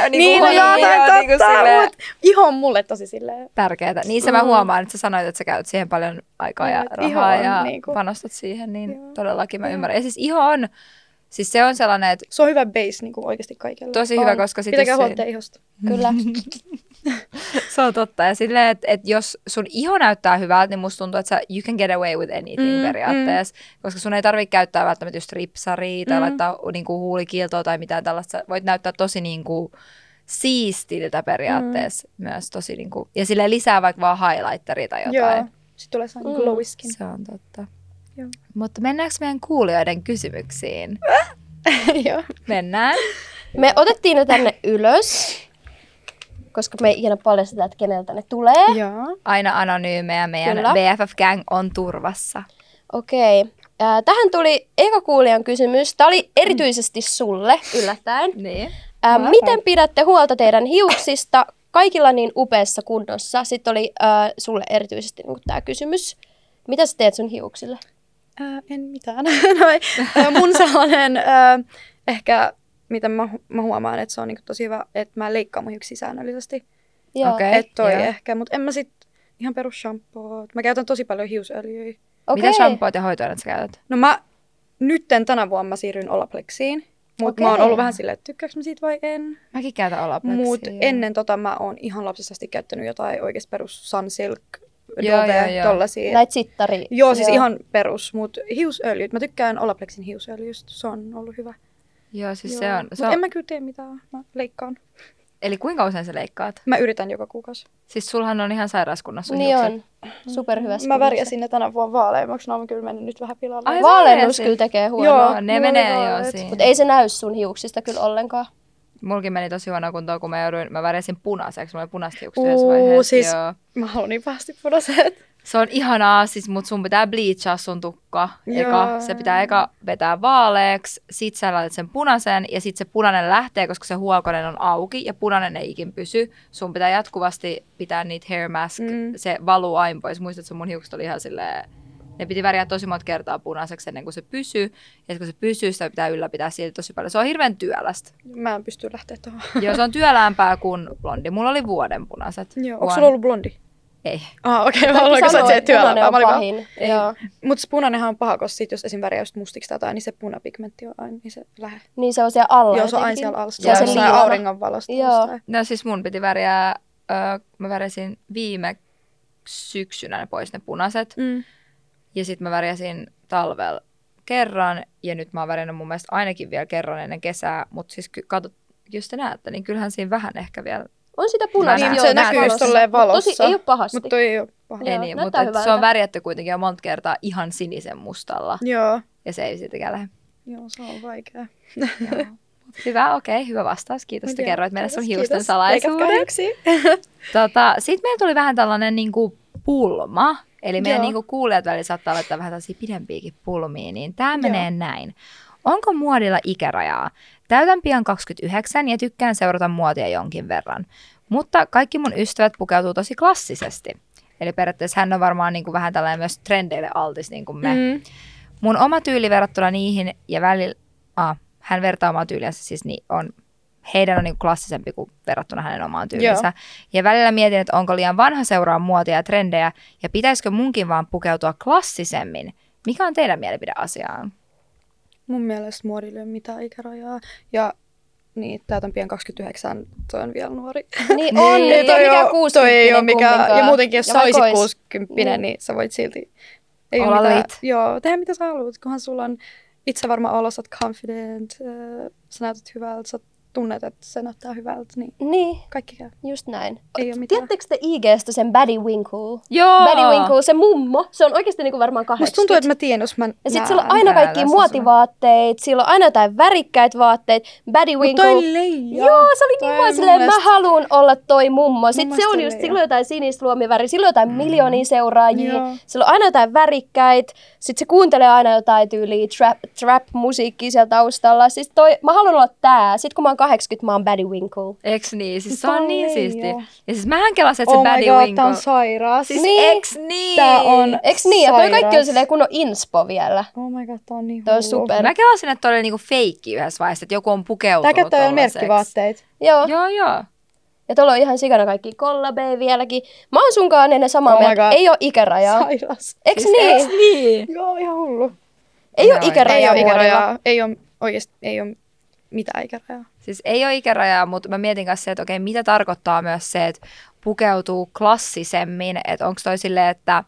mutta iho on mulle tosi silleen tärkeetä. Niin se mä huomaan, että sä sanoit, että sä käyt siihen paljon aikaa ja rahaa ja panostat siihen, niin todellakin mä ymmärrän. Ja siis iho on... Siis se on sellainen, että... Se on hyvä base niin kuin oikeasti kaikille. Tosi hyvä, koska... Pitäkää huolta ihosta. Kyllä. Se on totta. Ja silleen, että jos sun iho näyttää hyvältä, niin musta tuntuu, että you can get away with anything periaatteessa. Koska sun ei tarvitse käyttää välttämättä just ripsaria tai laittaa niinku huulikiiltoa tai mitään tällaista. Sä voit näyttää tosi niinku siistiltä periaatteessa myös tosi niinku, ja sille lisää vaikka vaan highlighteria tai jotain. Joo, sitten tulee sellainen glowy skin. Se on totta. Joo. Mutta mennäänkö meidän kuulijoiden kysymyksiin? Joo. Mennään. Me otettiin ne tänne ylös, koska me ei ikinä paljasteta, että keneltä ne tulee. Joo. Aina anonyymejä, meidän Kyllä. BFF-gang on turvassa. Okei. Tähän tuli eka kuulijan kysymys. Tämä oli erityisesti sulle, yllättäen. Niin. Miten pidätte huolta teidän hiuksista kaikilla niin upeassa kunnossa? Sitten oli sulle erityisesti niin tämä kysymys. Mitä sä teet sun hiuksille? En mitään. Mun sellainen, ehkä mitä mä huomaan, että se on niinku tosi hyvä, että mä leikkaan mun hiuksia säännöllisesti. Joo. Okei. Että toi joo. ehkä, mutta en mä sit ihan perus shampoot. Mä käytän tosi paljon hiusöljyä. Mitä shampoot ja hoitoaineet sä käytät? No mä tänä vuonna mä siirryin Olaplexin. Mutta mä oon ollut vähän silleen, että tykkääks mä siitä vai en. Mäkin käytän Olaplexia. Mut ennen mä oon ihan lapsesta asti käyttänyt jotain oikeesti perus Sunsilk, Joo, Dove, tollasia. Näitä sittari. Joo, siis ihan perus. Mut hiusöljyt, mä tykkään Olaplexin hiusöljystä. Se on ollut hyvä. Joo, siis Joo. se on. Mut en mä kyllä tee mitään. Mä leikkaan. Eli kuinka usein sä leikkaat? Mä yritän joka kuukausi. Siis sulhan on ihan sairaaskunnossa Niin hiukset. on. Superhyvässä Mä värjäsin ne tänä vuonna vaaleimmaksi. Ne on kyllä mennyt nyt vähän pilalle. Ai, Vaalennus kyllä tekee huonoa. Joo, ne menee jo siinä. Mutta ei se näy sun hiuksista kyllä ollenkaan. Mulkin meni tosi huonoa kuntoon, kun mä värjäsin punaiseksi. Mulla oli punaiset hiukset yhdessä vaiheessa. Siis Joo. mä haluan niin pahasti punaiset. Se on ihanaa, siis, mutta sun pitää bleachaa sun tukka eka. Joo. Se pitää eka vetää vaaleeksi, sit sä laitat sen punaisen ja sit se punainen lähtee, koska se huokonen on auki ja punainen ei ikin pysy. Sun pitää jatkuvasti pitää niitä hair mask, se valuu aina pois. Muistat, että mun hiukset oli ihan silleen, ne piti väriä tosi monta kertaa punaiseksi ennen kuin se pysyy. Ja kun se pysyy, sitä pitää ylläpitää siitä tosi paljon. Se on hirveän työlästä. Mä en pysty lähteä tuohon. Joo, se on työläämpää kuin blondi. Mulla oli vuoden punaiset. Joo, onko sulla ollut blondi? Ei. Okei, mä haluan sanoa, että se työlämpää. Pahin. Joo. Mutta punainenhan on paha, koska sit, jos esim. Värjää just mustiksi tai jotain, niin se punapigmentti on aina, niin se lähe. Niin se on siellä alla. Joo, se on aina jotenkin. siellä alla. Se on se jossain liiva. auringonvalosta. Joo. jostain. No siis mun piti väriä, mä värjäsin viime syksynä ne pois ne punaiset. Ja sitten mä värjäsin talvella kerran ja nyt mä oon värjännyt mun mielestä ainakin vielä kerran ennen kesää. Mutta siis katsot, jos te näette, niin kyllähän siinä vähän ehkä vielä. On sitä punaista. Niin, se näkyy just tolleen valossa. Tosi ei ole pahasti. Mutta toi ei ole paha. Ei Joo, niin, näyttää mutta se hyvältä. on värjätty kuitenkin jo monta kertaa ihan sinisen mustalla. Joo. Ja se ei siltikään lähde. Joo, se on vaikea. Joo. Hyvä, okei, hyvä vastaus. Kiitos, että kerroit meille sun hiusten Kiitos. salaisuudet. Leikatkaa Sitten meillä tuli vähän tällainen niinku pulma. Eli meidän Joo. niinku kuulijat välillä saattaa laittaa vähän tällaisia pidempiäkin pulmia. Niin tämä menee näin. Onko muodilla ikärajaa? Täytän pian 29 ja tykkään seurata muotia jonkin verran. Mutta kaikki mun ystävät pukeutuu tosi klassisesti. Eli periaatteessa hän on varmaan niinku vähän tällainen myös trendeille altis niin kuin me. Mun oma tyyli verrattuna niihin ja välillä... hän vertaa omaa tyyliänsä, siis niin on, heidän on niin klassisempi kuin verrattuna hänen omaan tyylinsä. Joo. Ja välillä mietin, että onko liian vanha seuraa muotia ja trendejä, ja pitäisikö munkin vaan pukeutua klassisemmin. Mikä on teidän mielipide asiaan? Mun mielestä muodilla ei ole mitään ikärajaa. Ja niin, täytän pian 29, toi on vielä nuori. Niin on, Niin, nyt ei ole mikään 60 toi ei ole mikään, kumminkaan. ja muutenkin jos sä olisit vaikka 60, niin sä voit silti... Ei Olla ole mitään, lit. joo, tehdä mitä sä haluat, kunhan sulla on itse varma olo, sä oot confident, sä näytät hyvältä, sä tunnet, että se näyttää hyvältä, niin Niin, kaikki käy. just näin. Ei ole mitään. Tiedättekö te IG:stä sen Baddy Winkle? Joo! Baddy Winkle, se mummo, se on oikeasti niinku varmaan 80. Musta tuntuu, että mä tiedän, jos mä Ja sit näen. sillä on aina kaikki Täällä se muotivaatteet, sillä on aina jotain värikkäitä vaatteita. Baddy Mut Winkle. toi Leija. Joo, se oli Toi niin vaan mun silleen, mä mielestä- haluan olla toi mummo. Sitten se mielestä on toi just, Leija. sillä on jotain sinistä luomiväriä, sillä on jotain miljoonia seuraajia, Joo. sillä on aina jotain värikkäitä. Sitten se kuuntelee aina jotain tyyliä trap-musiikkia siellä taustalla. Siis mä haluan olla tää. Sitten kun mä oon 80, mä oon Baddy Winkle. Eks niin? Siis se Toi on niin Leija. siistiä. Ja siis mähän kelasin, että se Oh my Baddy god, Winkle... tää on sairas. Siis Niin. eks niin? Tää on Eiks niin? Ja toi kaikki on sairas. silleen kun on inspo vielä. Oh my god, tää on niin Toi on hullu. super. Mä kelasin, että toi oli niinku feikki yhdessä vaiheessa, että joku on pukeutunut Tää käyttää vielä tollaiseksi. merkkivaatteita. Joo. Joo. Ja tuolla on ihan sikana kaikki kollabeja vieläkin. Mä oon sunkaan ennen samaa Oh my mieltä. god. Ei oo ikärajaa. Sairas. Eiks Siis niin? eks niin? Joo, ihan hullu. Ei oo Joo, ikärajaa Ei ole muodilla. ikärajaa. Ei ole oikeesti, ei ole mitään ikärajaa. Siis ei ole ikärajaa, mutta mä mietin kanssa se, että okei, mitä tarkoittaa myös se, että pukeutuu klassisemmin. Että onko toi silleen, että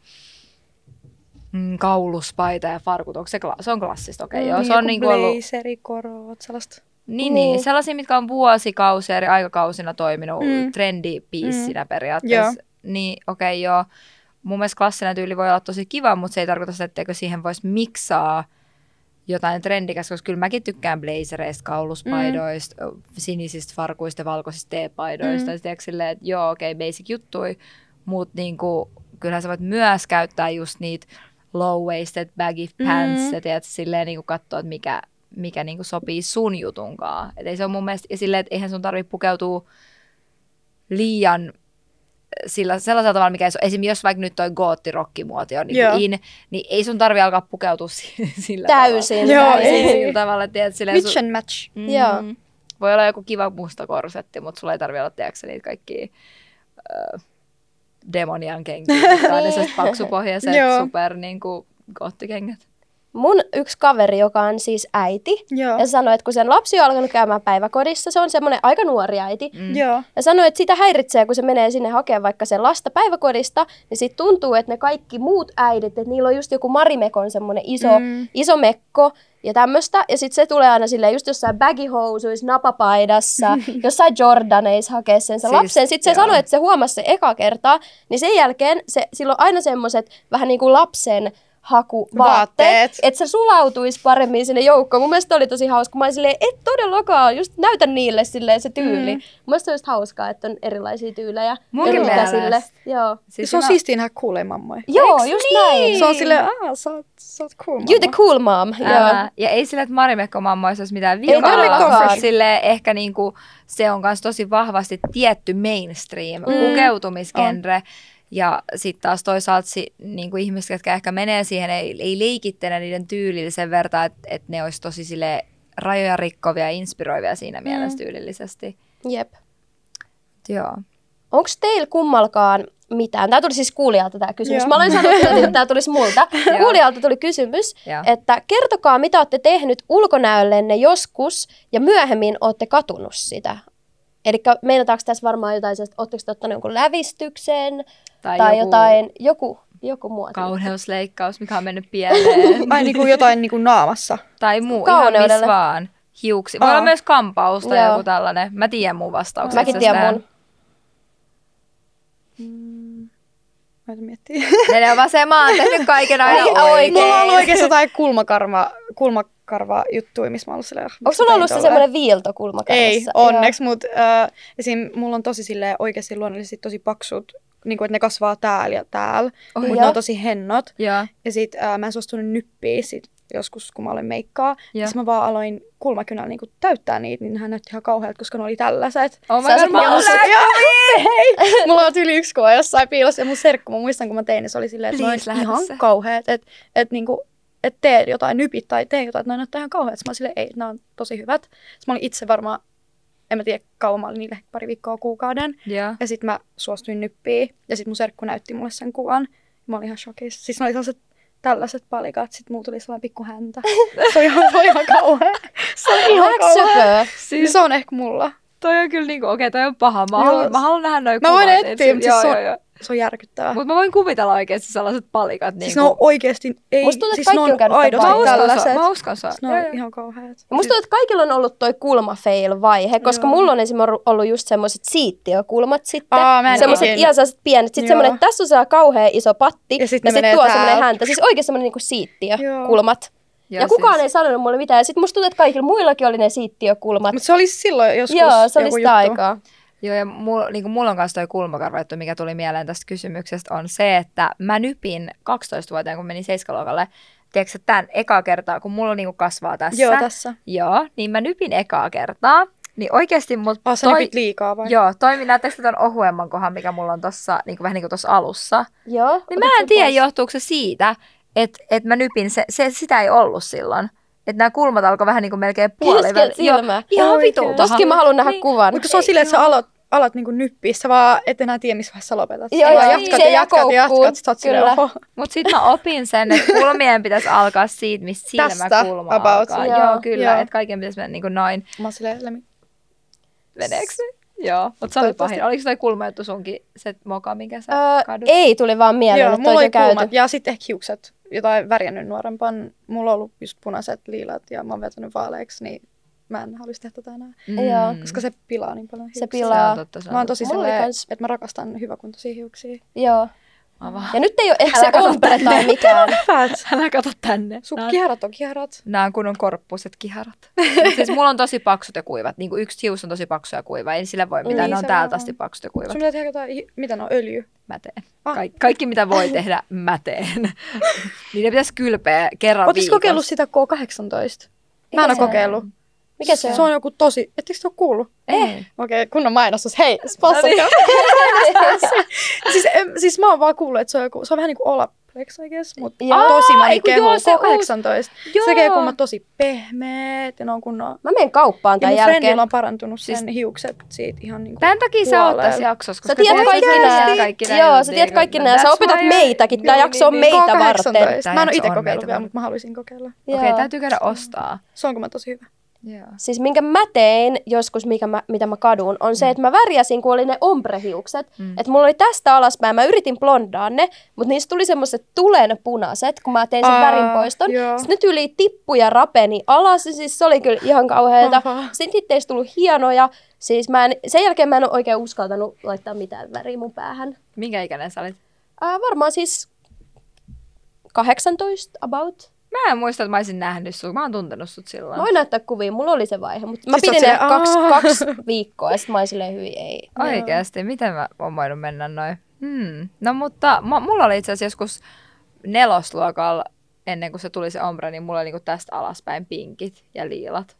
kauluspaita ja farkut, onko se on klassista? Okei, joo, se on niinku ollut... Blazeri, korot, sellaista. Niin. Sellaisia, mitkä on vuosikausia eri aikakausina toiminut trendipiissinä periaatteessa. Niin, okei, joo. Mun mielestä klassinen tyyli voi olla tosi kiva, mutta se ei tarkoita sitä, etteikö siihen voisi miksaa jotain trendikäs, koska kyllä mäkin tykkään blazereista, kauluspaidoista, sinisistä farkuista ja valkoisista teepaidoista. Ja silleen, että joo, okei, basic juttui, mutta niinku, kyllähän sä voit myös käyttää just niitä low-waisted baggy pants ja tiedät, silleen niinku katsoa, että mikä niinku sopii sun jutunkaan. Et ei se on mun mielestä, ja silleen, että eihän sun tarvitse pukeutua liian sellaisella tavalla, mikä ei ole, esimerkiksi jos vaikka nyt toi goottirokkimuoti on niin ei sun tarvitse alkaa pukeutua sillä täysin. Tavalla. Sillä tavalla, että mix and match. Voi olla joku kiva musta korsetti, mutta sulla ei tarvitse olla, tiedätkö, niitä kaikkia demonian kenkiä, tai ne paksupohjaiset super niinku goottikengät. Mun yksi kaveri, joka on siis äiti, ja sanoi, että kun sen lapsi on alkanut käymään päiväkodissa, se on semmoinen aika nuori äiti, ja sanoi, että sitä häiritsee, kun se menee sinne hakemaan vaikka sen lasta päiväkodista, niin sit tuntuu, että ne kaikki muut äidit, että niillä on just joku Marimekon semmoinen iso mekko, ja tämmöistä, ja sitten se tulee aina silleen just jossain baggy-housuissa, napapaidassa, jossain Jordaneissa hakee sen lapsen. Sitten se sanoi, että se huomasi se eka kertaa, niin sen jälkeen sillä on aina semmoiset vähän niin kuin lapsen hakuvaatteet, että se sulautuisi paremmin sinne joukkoon. Mun mielestä oli tosi hauska. Mä olin silleen, et todellakaan, just näytä niille silleen se tyyli. Mun mielestä on just hauskaa, että on erilaisia tyylejä. Munkin mielestä. Joo. Siis se on siistiä nähdä coolia mammoja. Joo, just näin. Se on silleen, sä oot cool mamma. You the cool mom. Ja ei sille, että Marimekko-mammoissa olisi mitään vikaa. Silleen ehkä niinku, se on myös tosi vahvasti tietty mainstream pukeutumisgenre. Ja sitten taas toisaalta niinku ihmiset, jotka ehkä menee siihen, ei leikittele niiden tyylillä sen verran, että ne olisi tosi rajoja rikkovia ja inspiroivia siinä mielessä tyylillisesti. Jep. Joo. Onko teillä kummalkaan mitään? Tämä tuli siis kuulijalta tämä kysymys. Mä olen sanonut, että tämä tulisi multa. Kuulijalta tuli kysymys, että kertokaa, mitä olette tehnyt ulkonäöllenne joskus ja myöhemmin olette katunut sitä. Eli meinataanko tässä varmaan jotain, oletteko te ottanut jonkun lävistyksen tai jotain, joku muoto. Kauneusleikkaus, mikä on mennyt pieleen. Ai niinku jotain niinku naamassa. Tai muu, ihan missä vaan. Hiuksi. Voi olla myös kampaus tai joku tällainen. Mä tiedän mun vastauksen. Mäkin tiedän mun. Mä en miettiä. Ne on vasemmaan tehnyt kaiken aina oikein. Mulla on ollut oikeasti jotain kulmakarva juttuja, missä mä oon ollut silleen. Onko sulla ollut se semmoinen viilto kulmakarvassa? Ei, onneksi, mutta esim. Mulla on tosi silleen oikeasti luonnollisesti tosi paksut, niin kuin, että ne kasvaa täällä ja täällä, mutta ne on tosi hennot. Ja sit mä en suostunut nyppiä joskus, kun mä aloin meikkaa. Ja sit mä vaan aloin kulmakynällä niin täyttää niitä, niin hän näytti ihan kauhealta, koska ne oli tällaiset. Oh my god, mulla on yli yksi kuva jossain piilossa ja mun serkku, mä muistan kun mä tein, niin se oli silleen, että ne on ihan kauheat, että niinku, että tee jotain nypit tai tee jotain, että ne näyttää ihan kauheat. Mä silleen, ei, nämä on tosi hyvät. Sitten mä olin itse varmaan, en mä tiedä kauan, mä olin niille pari viikkoa kuukauden. Ja sit mä suostuin nyppiin ja sit mun serkku näytti mulle sen kuvan. Mä olin ihan shokissa. Siis ne oli sellaiset tällaiset palikat, sit mulla tuli sellainen pikku häntä. Se on ihan kauhea. Se on ihan kauhea. Siis se on ehkä mulla. Toi on kyllä niinku, okei, toi on paha. Mä haluan nähdä noi kuvat. Mä voin etsiä, mutta se on järkyttävää. Mutta mä voin kuvitella oikeesti sellaiset palikat. Siis ne on oikeesti, ei, musta tuntuu, siis ne on aidosti tällaiset. Mä uskon sua. Ne on ihan kauheat. Musta tuntuu, että kaikilla on ollut toi kulmafail-vaihe, koska mulla on esimerkiksi ollut just semmoiset siittiökulmat sitten. Semmoiset ihan sellaiset pienet. Sitten semmoinen, että tässä on se kauhean iso patti ja sit tuo semmoinen häntä. Siis oikein semmoinen niinku siittiökulmat. Ja kukaan siis ei sanonut mulle mitään. Ja sit musta tuntuu, että kaikilla muillakin oli ne siittiökulmat. Mutta se oli silloin joskus joo, se oli sitä aikaa. Joo, ja mulla on myös toi kulmakarva, mikä tuli mieleen tästä kysymyksestä, on se, että mä nypin 12-vuotiaana, kun menin 7-luokalle. Tiedätkö, tämän ekaa kertaa, kun mulla niinku kasvaa tässä. Joo, tässä. Joo, niin mä nypin ekaa kertaa. Niin oikeesti mulla sä nypit liikaa vai? Joo, näettekö ton ohuemman kohan, mikä mulla on tossa, niinku, vähän niin kuin tossa alussa. Joo. Niin mä en tiedä, johtuuko se siitä, että mä nypin, sitä ei ollut silloin. Että nämä kulmat alkoi vähän niin kuin melkein puolivälillä. Keskeltä silmää. Ihan vitulta. Toskin mä haluan nähdä kuvan. Mutta se on silleen, että sä alat niinku nyppiä, sä vaan et enää tiedä, missä vaiheessa lopetat. Joo, jatkat, sä oot silleen oho. Mutta sit mä opin sen, että kulmien pitäisi alkaa siitä, mistä silmäkulma alkaa. Joo, kyllä, että kaiken pitäisi mennä niin kuin noin. Mä oon silleen, meneekö se? Joo, mutta se oli pahin. Oliko toi kulmajuttu sunkin se moka, minkä sä kadut? Ei, tuli vaan mieleen, että toi jo käyty. Kulmat ja sitten ehkä hiukset. Jotain värjännyt nuorempaan. Mulla on ollut just punaiset, liilat ja mä oon vetänyt vaaleiksi, niin mä en haluaisi tehdä tätä enää. Joo. Koska se pilaa niin paljon hiuksia. Se pilaa. Mä oon tosi silleen, että mä rakastan hyväkuntoisia hiuksia. Joo. Ja nyt ei ole ehkä se ombre tai mikään. Älä kato tänne. Sun kiharat on kiharat. Nää on kunnon korppuset kiharat. Siis mulla on tosi paksut ja kuivat. Niin kuin yksi hius on tosi paksu ja kuiva. Ei sillä voi mitään. Ne on täältä asti paksut ja kuivat. Sun pitää tehdä jotain, mitä ne on, öljy? Mä teen. Kaikki mitä voi tehdä, mä teen. Niiden pitäisi kylpeä kerran viikossa. Ootko kokeillut sitä K18? Mä en ole kokeillut. Mikä se on? Se on joku tosi... Ettekö te ole kuullut? Ei. Okei, kunnon mainostus. Hei, sponsatkaa. siis mä oon vaan kuullut, että se on vähän niin kuin Olaplex, I guess, mutta tosi moni kehu. K18. Se tekee kummat tosi pehmeät ja ne on kunnon... Mä menen kauppaan tämän jälkeen. Ja mun friendillä on parantunut sen hiukset siitä ihan niinku tämän takia sä oot tässä jaksossa, koska sä tiedät kaikki nää. Joo, sä tiedät kaikki nää. Sä opetat meitäkin. Tää jakso on meitä varten. Mä en oo ite kokeillut vielä, mutta mä haluaisin kokeilla. Okei, täytyy käydä ostaa. Se on kumman tosi hyvä. Yeah. Siis minkä mä tein joskus, mitä mä kadun, on se, että mä värjäsin, kun oli ne ombre-hiukset. Että mulla oli tästä alaspäin, mä yritin blondaa ne, mutta niistä tuli semmoiset tulenpunaiset, kun mä tein sen värinpoiston. Sitten ne tyyli tippu ja rapeni alas, ja siis se oli kyllä ihan kauheeta. Sitten niitä ei tullut hienoja. Siis sen jälkeen mä en ole oikein uskaltanut laittaa mitään väriä mun päähän. Minkä ikäinen sä olit? Varmaan siis 18 about. Mä en muista, että mä olisin nähnyt sut. Mä oon tuntenut sut silloin. Mä voin näyttää kuvia. Mulla oli se vaihe. Mutta mä pidin ne kaksi viikkoa ja sit mä olin silleen hyvin ei. Oikeasti? Miten mä oon voinut mennä noin? No mutta mulla oli itse asiassa joskus 4. luokalla, ennen kuin se tuli se ombre, niin mulla oli niinku tästä alaspäin pinkit ja liilat.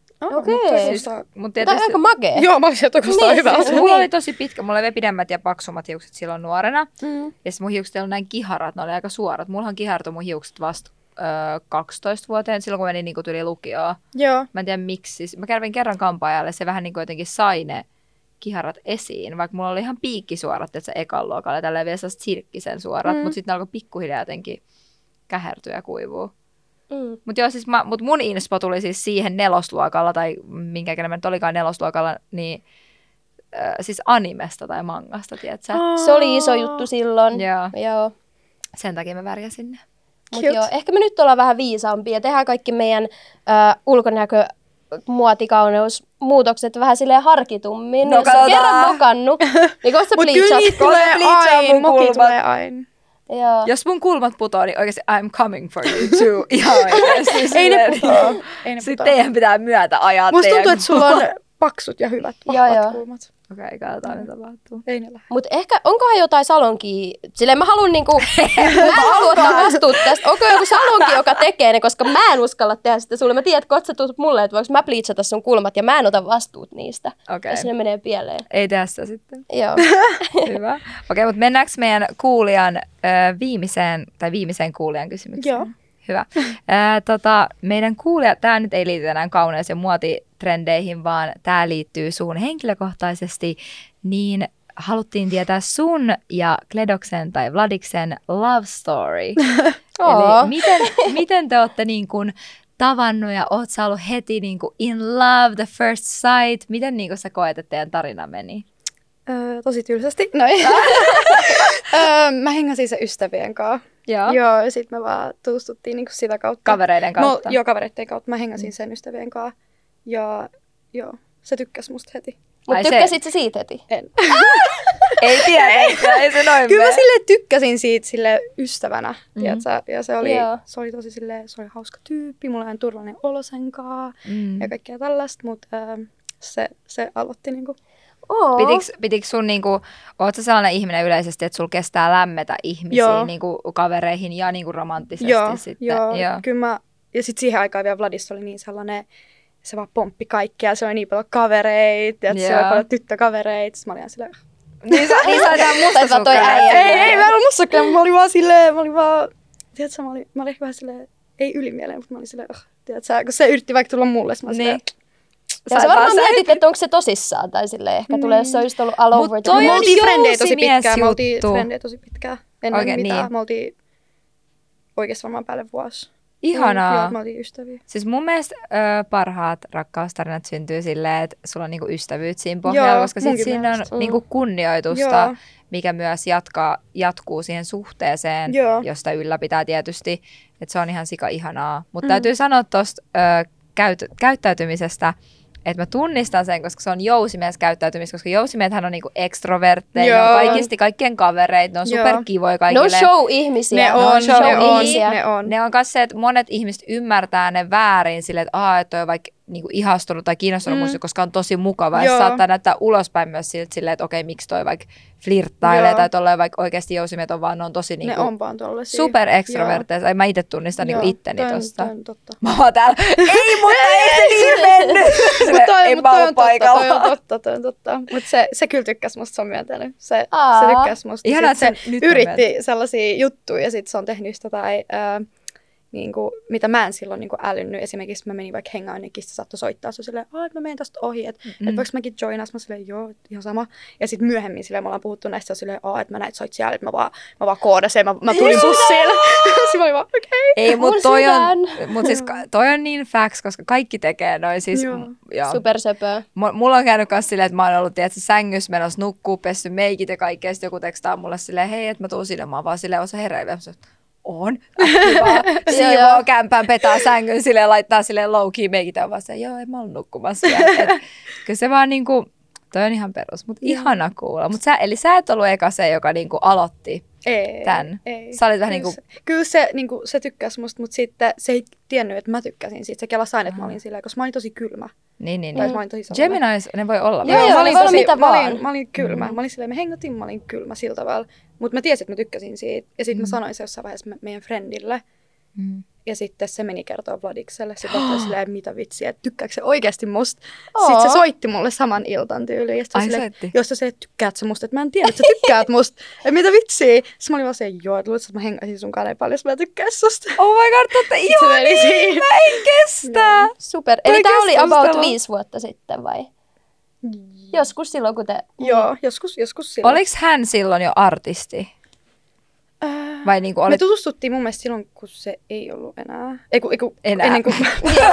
Okei. Tämä on aika makea. Joo, mä olisin, että kuulostaa hyvältä. Mulla oli tosi pitkä, mulla oli pidemmät ja paksummat hiukset silloin nuorena. Ja sit mun hiukset ei ollut näin kiharat, ne oli aika suorat. Mullahan kihartui mun hiukset vasta 12-vuoteen, silloin kun menin niin tuli lukioon. Joo. Mä en tiedä miksi. Mä kävin kerran kampaajalle, se vähän niin kuin jotenkin sai ne kiharat esiin, vaikka mulla oli ihan piikkisuorat, että se ekan luokalla ja tälleen vielä sellaiset sirkkisen suorat, mutta sitten ne alkoi pikkuhiljaa jotenkin kähertyä ja kuivua. Mutta joo, siis mun inspo tuli siis siihen 4. luokalla, tai minkä ikäinen mä nyt olikaan 4. luokalla, niin siis animesta tai mangasta, tiedätkö? Se oli iso juttu silloin. Joo. Sen takia mä värjäsin ne. Mut joo, ehkä me nyt ollaan vähän viisaampia ja tehdään kaikki meidän ulkonäkö, muotikauneusmuutokset vähän silleen harkitummin. No, jos on kerran mokannut, niin kohta bleachat. Mut kyllä tulee aina. Joo. Jos mun kulmat putoo, niin oikeasti I'm coming for you too. Ihan oikeasti. Ei ne putoo. Sitten teidän pitää myötä ajaa. Musta tuntuu, että sulla on paksut ja hyvät vahvat kulmat. Okei, katsotaan mitä tapahtuu. Ei ne lähde. Mut ehkä, onkohan jotain salonkia, silleen mä haluan niinku, mä en halua ottaa vastuut tästä. Onko joku salonki, joka tekee ne, koska mä en uskalla tehdä sitä sulle. Mä tiedän, että kohta sä tulet mulle, että voiko mä bleachata sun kulmat ja mä en ota vastuut niistä. Jos ne menee pieleen. Ei tehdä sitä sitten. Joo. Hyvä. Okei, mutta mennäänkö meidän kuulijan viimeiseen kuulijan kysymykseen? Joo. Hyvä. Meidän kuulija, tämä nyt ei liity enää kauneus- ja muotitrendeihin, vaan tämä liittyy suhun henkilökohtaisesti, niin haluttiin tietää sun ja Kledoksen tai Vladiksen love story. Eli miten te olette niin kuin tavannut ja oot sä ollut heti niin kuin in love, the first sight? Miten niin kuin sä koet, että teidän tarina meni? Tosi tylsästi. Noin. Mä hengasin sen ystävien kanssa. Joo. Joo, ja sit me vaan tutustuttiin niinku sitä kautta. Kavereiden kautta? Joo, kavereiden kautta. Mä hengasin sen ystävien kanssa. Ja joo, se tykkäsi musta heti. Mutta tykkäsit sä siitä heti? En. Ei tiedä, ei se noin. Kyllä mä silleen tykkäsin siitä sille ystävänä, tiedätkö? Ja se oli tosi silleen, se oli hauska tyyppi, mulla oli turvallinen olo sen kanssa ja kaikkea tällaista, mutta se aloitti niinku. Pitikö sun niinku, oot sä sellainen ihminen yleisesti, että sul kestää lämmetä ihmisiin niinku kavereihin ja niinku romanttisesti sitten? Joo. Kyllä mä, ja sit siihen aikaan vielä Vladissa oli niin sellainen, se vaan pomppi kaikkea, se oli niin paljon kavereita, ja se oli paljon tyttökavereita, sit mä olin ihan silleen. Niin sä jotain mustasukkainen. Ei, mä en ollut mustasukkainen, mä olin vaan silleen, tiedätkö, mä olin ehkä vähän silleen, ei ylimielinen, mutta mä olin silleen, tiedätkö, kun se yritti vaikka tulla mulle, mä olin silleen. Ja sä varmaan mietit, että onko se tosissaan, tai silleen ehkä tulee, jos se olisi ollut all over. Toi me oltiin frendejä tosi pitkään, ennen mitään. Me oltiin oikeasti varmaan päälle vuosi. Ihanaa. Joo, me oltiin ystäviä. Siis mun mielestä parhaat rakkaustarinat syntyy silleen, että sulla on niinku ystävyyttä siinä pohjalla, koska sit siinä on niinku kunnioitusta, mikä myös jatkuu siihen suhteeseen, josta ylläpitää tietysti. Että se on ihan sika ihanaa. Mutta täytyy sanoa tosta käyttäytymisestä, että mä tunnistan sen, koska se on jousimies-käyttäytymistä, koska jousimiehethän on niinku ekstrovertteja, ne on kaikista kaikkien kavereita, ne on superkivoja kaikille. Ne on show-ihmisiä. Ne on myös se, että monet ihmiset ymmärtää ne väärin silleen, että toi on vaikka niinku ihastunut tai kiinnostunut musta, koska on tosi mukava. Ja saattaa näyttää ulospäin myös silleen, että okei, miksi toi vaikka flirttailee tai tolleen, vaikka oikeasti jousimiehet on vaan, ne on tosi niinku super ekstrovertteja. Mä itse tunnistan niinku itteni tosta. Mä oon täällä, ei, mutta ei se niin mennyt. Toi on totta. Mutta se kyllä tykkäs musta, se on myöntänyt. Se tykkäs musta. Ihanaa, se yritti sellaisia juttuja ja sit se on tehnyt jotain, niinku, mitä mä en silloin niinku älynnyt. Esimerkiksi mä menin vaikka hengaan jonnekin, se saattoi soittaa se silleen, että mä menen tosta ohi, että voiko mäkin joinas? Mä silleen, joo, ihan sama. Ja sitten myöhemmin silleen, me ollaan puhuttu näistä silleen, että mä näin, soit siellä, että mä vaan koodasin, mä tulin bussille. Sitten mä olin vaan, okei. Ei, mutta siis toi on niin facts, koska kaikki tekee noin. Siis, supersöpöä. Mulla on käynyt myös silleen, että mä oon ollut sängyssä menossa nukkuu, pessy meikit ja kaikkea. Ja sitten joku tekstaa mulle silleen, hei, että mä tuun sinne, mä oon vaan silleen, osa heräilyä. On. Siivoo kämpään, petää sängyn silleen, laittaa silleen low-key meikit ja vaan se, joo, en mä ollut nukkumassa. Kyllä se vaan niinku, toi on ihan perus, mutta ihana kuulla. Eli sä et ollut eka se, joka niinku aloitti tän. Ei. Sä olit vähän niinku... Kyllä se tykkäsi musta, mutta sitten se ei tiennyt, että mä tykkäsin siitä. Se kelasi aina, että mä olin silleen, koska mä olin tosi kylmä. Niin. Tai mä olin tosi Geminis, ne voi olla. Joo, mä olin mitä vaan. Mä olin kylmä. Mä olin silleen, me hengatin, mä olin kylmä sillä tavalla. Mutta mä tiesin, että mä tykkäsin siitä. Ja sitten mä sanoin se jossain vaiheessa meidän friendille. Ja sitten se meni kertoa Vladikselle. Sitten ottoi silleen, mitä vitsiä, että tykkääkö se oikeasti musta. Sitten se soitti mulle saman iltan tyyliin. Ja sitten silleen, jos sä silleen, tykkäät sä musta, että mä en tiedä, että sä tykkäät musta. Että mitä vitsiä. Sitten mä olin vaan silleen, joo, että luulet, että mä hengaisin sunkaan näin paljon, jos mä tykkäis susta. Oh my god, totta ihan niin, mä en kestä. Super. Eli tää oli about 5 vuotta sitten vai? Joskus silloin, kun te... Joo, joskus silloin. Oliko hän silloin jo artisti? Vai niinku me tutustuttiin mun mielestä silloin, kun se ei ollut enää. Enää. Ennen kuin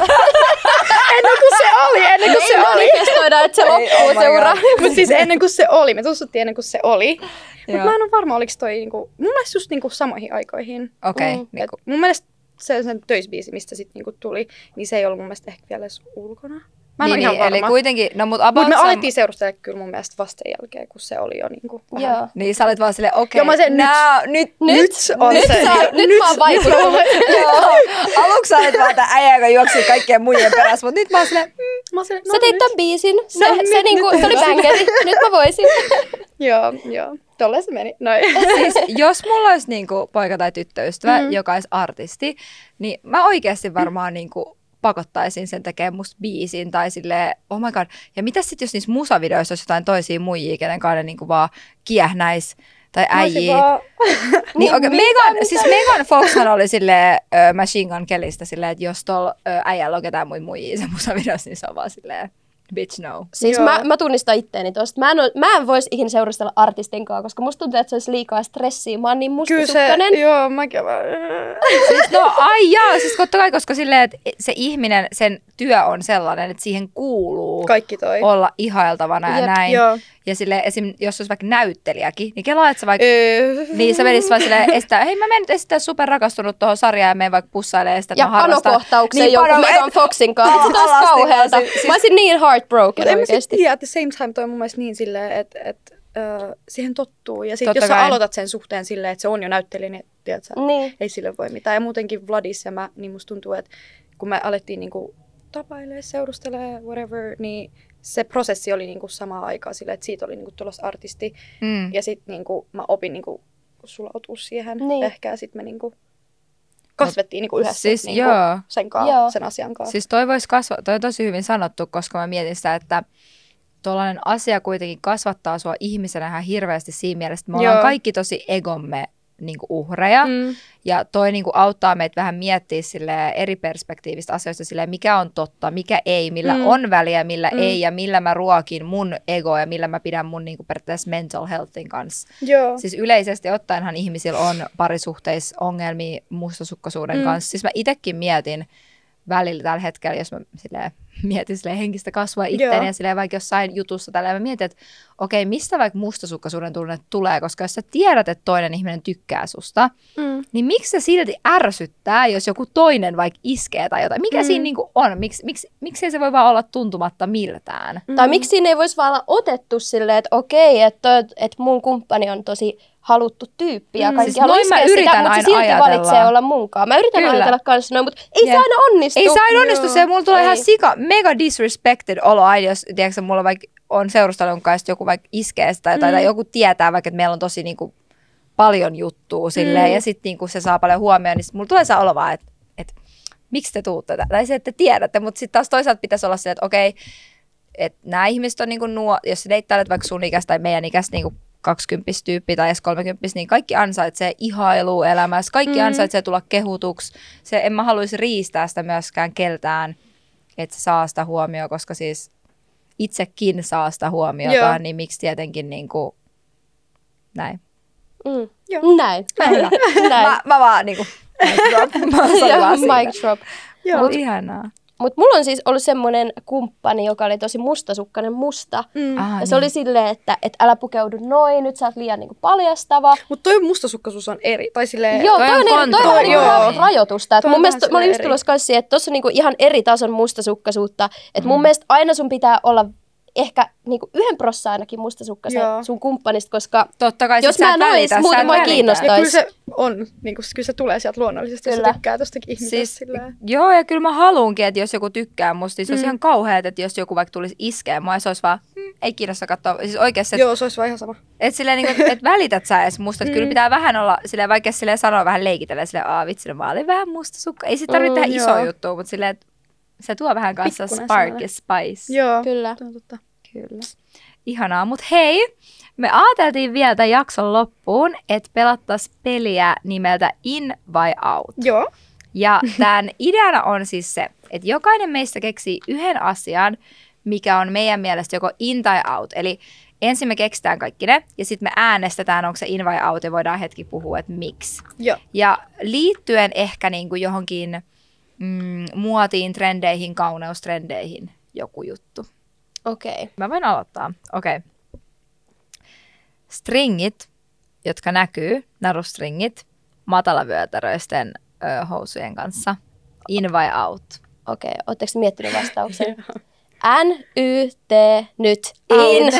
se oli. Manifestoidaan, että se loppuu se ura. Mutta siis ennen kuin se oli. Me tutustuttiin ennen kuin se oli. Mutta mä en ole varma, oliko toi niinku, mun mielestä just niinku samoihin aikoihin. Okei. Mun mielestä se sen töisbiisi, mistä sit niinku tuli, niin se ei ollut mun mielestä ehkä vielä edes ulkona. Mä en ole ihan varma. Eli kuitenkin, no mut me alettiin seurustella kyllä mun mielestä vasta jälkeen, kun se oli jo niinku vähän. Joo. Niin sä olet vaan silleen, okei, nyt on se. Nyt mä oon vaikuttunut. Aluksi sä olet vaan tää äijä, joka juoksi kaikkien muiden perässä, mutta nyt mä oon silleen, sä teit tämän biisin, se oli bangeri, nyt mä voisin. Joo, tolleen se meni. Noin. Siis, jos mulla olisi niinku poika tai tyttöystävä, joka olisi artisti, niin mä oikeasti varmaan niinku pakottaisin sen tekemään musta biisin tai silleen, oh my god. Ja mitä sitten, jos niissä musavideoissa olisi jotain toisia muijia, kenen kanssa ne niinku vaan kiehnäis tai äijii. Niin, okay, Megan Foxhan oli silleen Machine Gun Kellystä silleen, että jos tuolla äijällä on ketään muijia se musavideossa, niin se on vaan silleen, bitch no. Siis mä tunnistan itteeni tosta. Mä en vois ikinä seurustella artistin kanssa, koska musta tuntuu, että se olisi liikaa stressiä. Mä oon niin mustasukkainen. Joo, mäkin vaan. Siis siis totta kai, koska silleen, että se ihminen, sen työ on sellainen, että siihen kuuluu olla ihailtavana ja näin. Joo. Ja silleen, esim. Jos olisi vaikka näyttelijäkin, niin kelaa, että sä vaikka, niin sä menisit vaan silleen, hei mä menen nyt esittää superrakastunut tuohon sarjaan ja menen vaikka pussailemaan sitä, että mä harrastan. Ja panokohtaukseen joku Megan Foxin kanssa. Se taas kauhealta. Mä olisin niin heartbroken oikeesti. Mutta en tiedä, at the same time toi on mun mielestä niin silleen, että siihen tottuu. Ja sitten jos sä aloitat sen suhteen silleen, että se on jo näyttelijä, niin tiedätkö, ei sille voi mitään. Ja muutenkin Vladis ja mä, niin musta tuntuu, että kun me alettiin niinku tapailee, seurustelee, whatever, niin se prosessi oli niinku samaan aikaan silleen, että siitä oli niinku tulos artisti. Ja sitten niinku mä opin niinku sulautua siihen ehkä ja sitten me niinku kasvettiin niinku yhdessä siis, niinku sen asian kanssa. Siis toi voisi kasvaa, toi on tosi hyvin sanottu, koska mä mietin sitä, että tuollainen asia kuitenkin kasvattaa sua ihmisenä ihan hirveästi siinä mielessä, että me ollaan kaikki tosi egomme niinku uhreja. Ja toi niinku auttaa meitä vähän miettiä eri perspektiivistä asioista silleen, mikä on totta, mikä ei, millä on väliä, millä ei ja millä mä ruokin mun egoa ja millä mä pidän mun niinku periaatteessa mental healthin kanssa. Joo. Siis yleisesti ottaenhan ihmisillä on parisuhteisongelmia mustasukkaisuuden kanssa. Siis mä itekin mietin välillä tällä hetkellä, jos mä mietin henkistä kasvua itseäni ja silleen, vaikka jossain jutussa tällä mä mietin, että okei, mistä vaikka mustasukkaisuuden tunne tulee, koska jos sä tiedät, että toinen ihminen tykkää susta niin miksi se silti ärsyttää, jos joku toinen vaikka iskee tai jotain? Mikä siinä niinku on? Miksi se voi vaan olla tuntumatta miltään? Tai miksi siinä ei voisi vaan olla otettu silleen, että okei, että mun kumppani on tosi haluttu tyyppi ja kaikki haluaa iskeä sitä, mutta se silti valitsee olla munkaan. Mä yritän ajatella kanssa noin, mutta ei se aina onnistu. Ei se aina onnistu se, mulla tulee ihan mega disrespected olo aina, jos tiedätkö, mulla vaikka on seurustelun kanssa joku vaikka iskee sitä tai joku tietää vaikka, että meillä on tosi niinku paljon juttua silleen ja sitten niinku se saa paljon huomioon, niin mulla tulee se olo vaan, että miksi te tuutte tätä? Tai se, että te tiedätte, mutta sitten taas toisaalta pitäisi olla se, että okei, että nämä ihmiset on niinku jos sä deittailet vaikka sun ikäistä tai meidän ikäistä niinku 20-tyyppi tai edes 30, niin kaikki ansaitsee ihailua elämässä, kaikki ansaitsee tulla kehutuksi. En mä haluaisi riistää sitä myöskään keltään, että se saa sitä huomioon, koska siis itsekin saa sitä huomiota, niin miksi tietenkin niinku näin. Näin. Mä vaan niinku mic drop. Joo, ihanaa. Mutta mulla on siis ollut semmoinen kumppani, joka oli tosi mustasukkainen musta. Ja se oli silleen, että älä pukeudu noin, nyt sä oot liian niinku paljastava. Mutta toi mustasukkaisuus on eri. Tai silleen, joo, toi on niinku rajoitusta. Et mun mielestä, mä olin just tulossa kanssa siihen, että tossa on niinku ihan eri tason mustasukkaisuutta. Että mun mielestä aina sun pitää olla ehkä niinku 1% ainakin mustasukkaisen sun kumppanista, koska totta kai, jos mä en ois, muuten mua kiinnostaisi. Ja kyllä se on, niinku, kyllä se tulee sieltä luonnollisesti, kyllä. Jos tykkää tostakin ihmisestä silleen. Joo, ja kyllä mä haluunkin, että jos joku tykkää musta, niin se olisi ihan kauheat, että jos joku vaikka tulisi iskeä mua, se olisi vaan, ei kiinnosta katsoa. Siis oikeasti, joo, se olisi vaan ihan sama. Että silleen, niinku, et välität sä edes musta, että kyllä pitää vähän olla, silleen, vaikka silleen sanoa vähän leikitellä, silleen, vitsi, no mä olin vähän mustasukka. Ei sit tarvitse tehdä isoa juttua, mutta silleen, se tuo vähän kanssa spark ja spice. Joo, kyllä. Totta. Kyllä. Ihanaa, mutta hei, me ajateltiin vielä tämän jakson loppuun, että pelattaisiin peliä nimeltä In vai Out. Joo. Ja tämän ideana on siis se, että jokainen meistä keksii yhden asian, mikä on meidän mielestä joko in tai out. Eli ensin me keksitään kaikki ne, ja sitten me äänestetään, onko se in vai out, ja voidaan hetki puhua, että miksi. Joo. Ja liittyen ehkä niinku johonkin muotiin, trendeihin, kauneustrendeihin joku juttu. Okei. Mä voin aloittaa. Okei. Stringit, jotka näkyy, narustringit, matalavyötäröisten housujen kanssa. In vai out? Okei, ootteko miettinyt vastauksen? N-Y-T, nyt, in.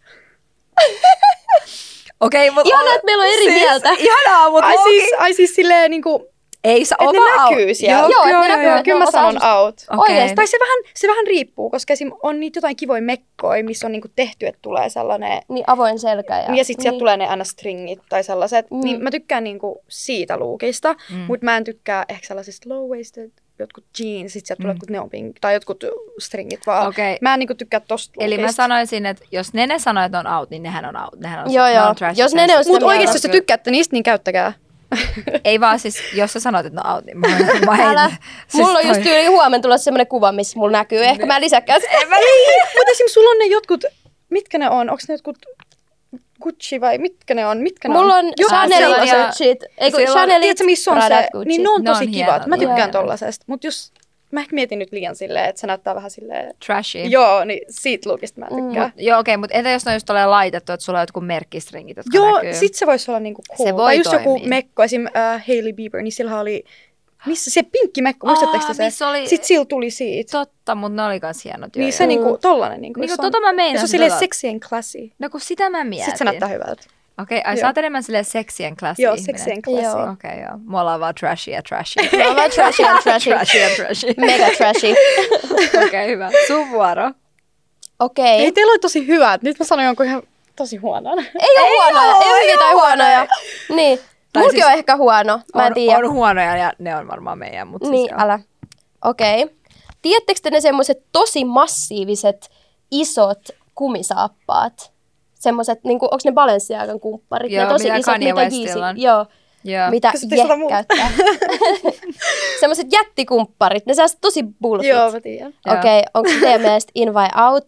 Okei, mutta ihanaa, että meillä on eri mieltä. Ihanaa, mutta ai siis silleen niinku ei se ole ne näkyy siellä. Joo, kyllä mä sanon out. Okay. Tai se vähän riippuu, koska esim. On niitä jotain kivoja mekkoja, missä on niinku tehty, että tulee sellainen niin avoin selkä. Ja sitten sieltä tulee ne NS-stringit tai sellaiset. Niin mä tykkään niinku siitä luukista, mutta mä en tykkää ehkä sellaisista low-waisted, jotkut jeans, sit sieltä tulee jotkut neopink tai jotkut stringit vaan. Okay. Mä en niinku tykkää tosta luukista. Eli mä sanoisin, että jos Nene sanoo, että on out, niin nehän on out. Nehän on joo. Jos Nene on sitä mutta oikeasti, jos te tykkäätte niistä, niin käyttäkää. Ei vaan siis, jos sä sanot, että no out, niin mä älä. Siis mulla on just tyyli huomenna tulossa semmoinen kuva, missä mulla näkyy. Ehkä mä lisäkään sitä. Mutta esim. Sulla on ne jotkut, mitkä ne on? Onko ne jotkut Gucci vai mitkä ne on? Mulla on Chanel ja Gucci. Tiedätkö, missä on se? Niin ne on tosi kivat. Mä tykkään tollasesta. Mutta jos mä ehkä mietin nyt liian silleen, että se näyttää vähän silleen trashy. Joo, niin siitä lookista mä tykkään. Joo, okei, mutta entä jos ne on just tolleen laitettu, että sulla on jotkut merkkistringit, jotka näkyy? Joo, sit se voisi olla niinku cool. Se voi tai just joku mekko, esim. Hailey Bieber, niin sillä oli missä se pinkki mekko, muistatteko te se? Oli... Sitten sillä tuli siitä. Totta, mutta ne oli kans hienot. Niin se niinku tollanen. Niinku tota mä meinasin. Se on silleen sexy and classy. No kun sitä mä mietin. Sitten se näyttää hyvältä. Okei, sä oot enemmän silleen sexy and classy joo, ihminen. Sexy and classy. Okei, joo. Me ollaan vaan trashy ja trashy. Me ollaan trashy and trashy. Trashy and trashy. Mega trashy. Okei, hyvä. Sun vuoro. Okei. Ei, teillä on tosi hyvät. Nyt mä sanoin jonkun ihan tosi huonon. Ei ole huonoja. Ei ole hyviä tai huonoja. Niin. Mulki siis on ehkä huono. Mä en tiedä. On huonoja ja ne on varmaan meidän. Mutta niin, siis joo. älä. Okei. Tiedättekö te ne semmoiset tosi massiiviset, isot kumisaappaat? Semmoiset, niinku, onko ne Balenciagan kumpparit? Joo, ne tosi mitä isot, Kanye mitä Westillä on. Joo. Mitä käyttää. Semmoiset jättikumpparit. Ne saa tosi bulkit. Joo, mä tiedän. Okei, onko teidän mielestä in vai out?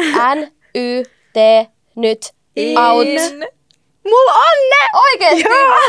N-Y-T, nyt, out. Mulla on ne! Oikeesti?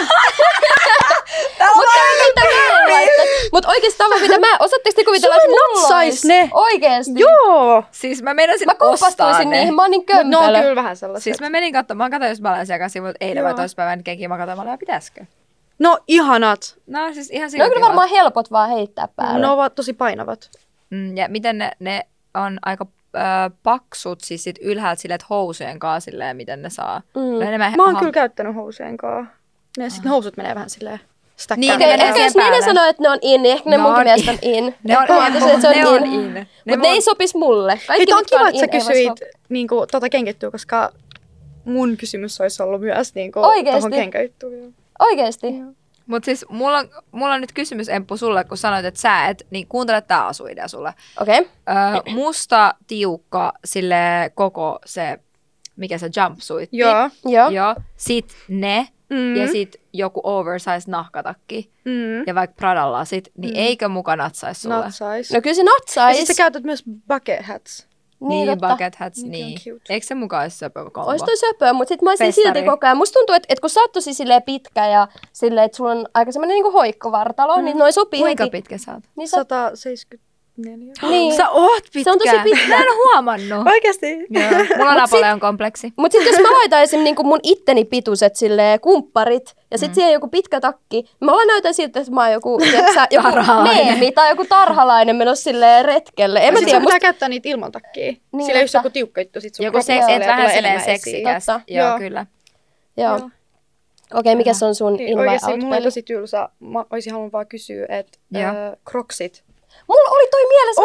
Mutta oikeesti tämä mitä mä... Osaatteko te kuvitella, että mulla sais ne? Oikeesti? Joo! Siis mä meinasin ostaa ne. Mä kumpastuisin niihin, mä oon niin kömpelö. Ne on kyllä vähän sellaiset. Siis mä menin katsomaan, mä katsoin jos Balenciagan sivut eilen vai toispäivän kenkiä, mä katsoin, pitäisikö? No ihanat. No siis ihan Ne on kyllä varmaan helpot vaan heittää päälle. Ne ovat tosi painavat. Ja miten ne on aika paksut, siis sit ylhäältä silleen, että housujen kanssa silleen, miten ne saa. Mä oon kyllä käyttänyt housujen kanssa. Sitten housut menee vähän silleen Niin, okay, ehkä jos ne sanoo, että ne on in, niin ehkä ne munkin mielestä on in. Ne on in. Mutta ne ei sopis mulle. Hei, on kiva, että sä kysyit niinku, kenkittyä, koska mun kysymys olisi ollut myös niinku, tohon kenkäjuttuun. Oikeesti? Mutta siis mulla on nyt kysymys, Emppu, sulle, kun sanoit, että sä et, niin kuuntele tää asuidea sulle. Okei. Musta tiukka, sille koko se, mikä se jumpsuitti. Joo. Sit ne, ja sit joku oversize nahkatakki, ja vaikka Pradalla sit, niin eikö muka natsais sulle? Natsais. No kyllä se natsais. Ja sit sä käytät myös bucket hats. Niin bucket hats, niin. Eikö se mukaan olisi söpö kombo? Ois toi söpö, mutta sit mä olisin silti koko ajan. Musta tuntuu, että kun sä oot tosi silleen pitkä ja silleen, että sulla on aika semmonen niinku hoikkovartalo, niin noi sopii Kuinka heti. pitkä sä oot? Niin 174. Niin. Sä oot pitkä. Se on tosi pitkä. Mä en oo huomannut. Oikeesti? Joo. Mulla on Napoleon kompleksi. Mut sit jos mä laitan esim. Niinku mun itteni pituiset silleen kumpparit ja sit siihen joku pitkä takki, mä vaan näytän siltä, että mä oon joku meemi tai joku tarhalainen menossa silleen retkelle. En mä tiedä. Pitää käyttää niitä ilman takkia. Niin, sillä jos joku tiukka juttu sit sun joku et vähän silleen seksikäs. Joo, kyllä. Joo. Okei, mikäs on sun in my Oikeesti out mulla oli tosi tylsä. Mä olisin halunnut vaan kysyä, että Crocsit. Mulla oli toi mielessä,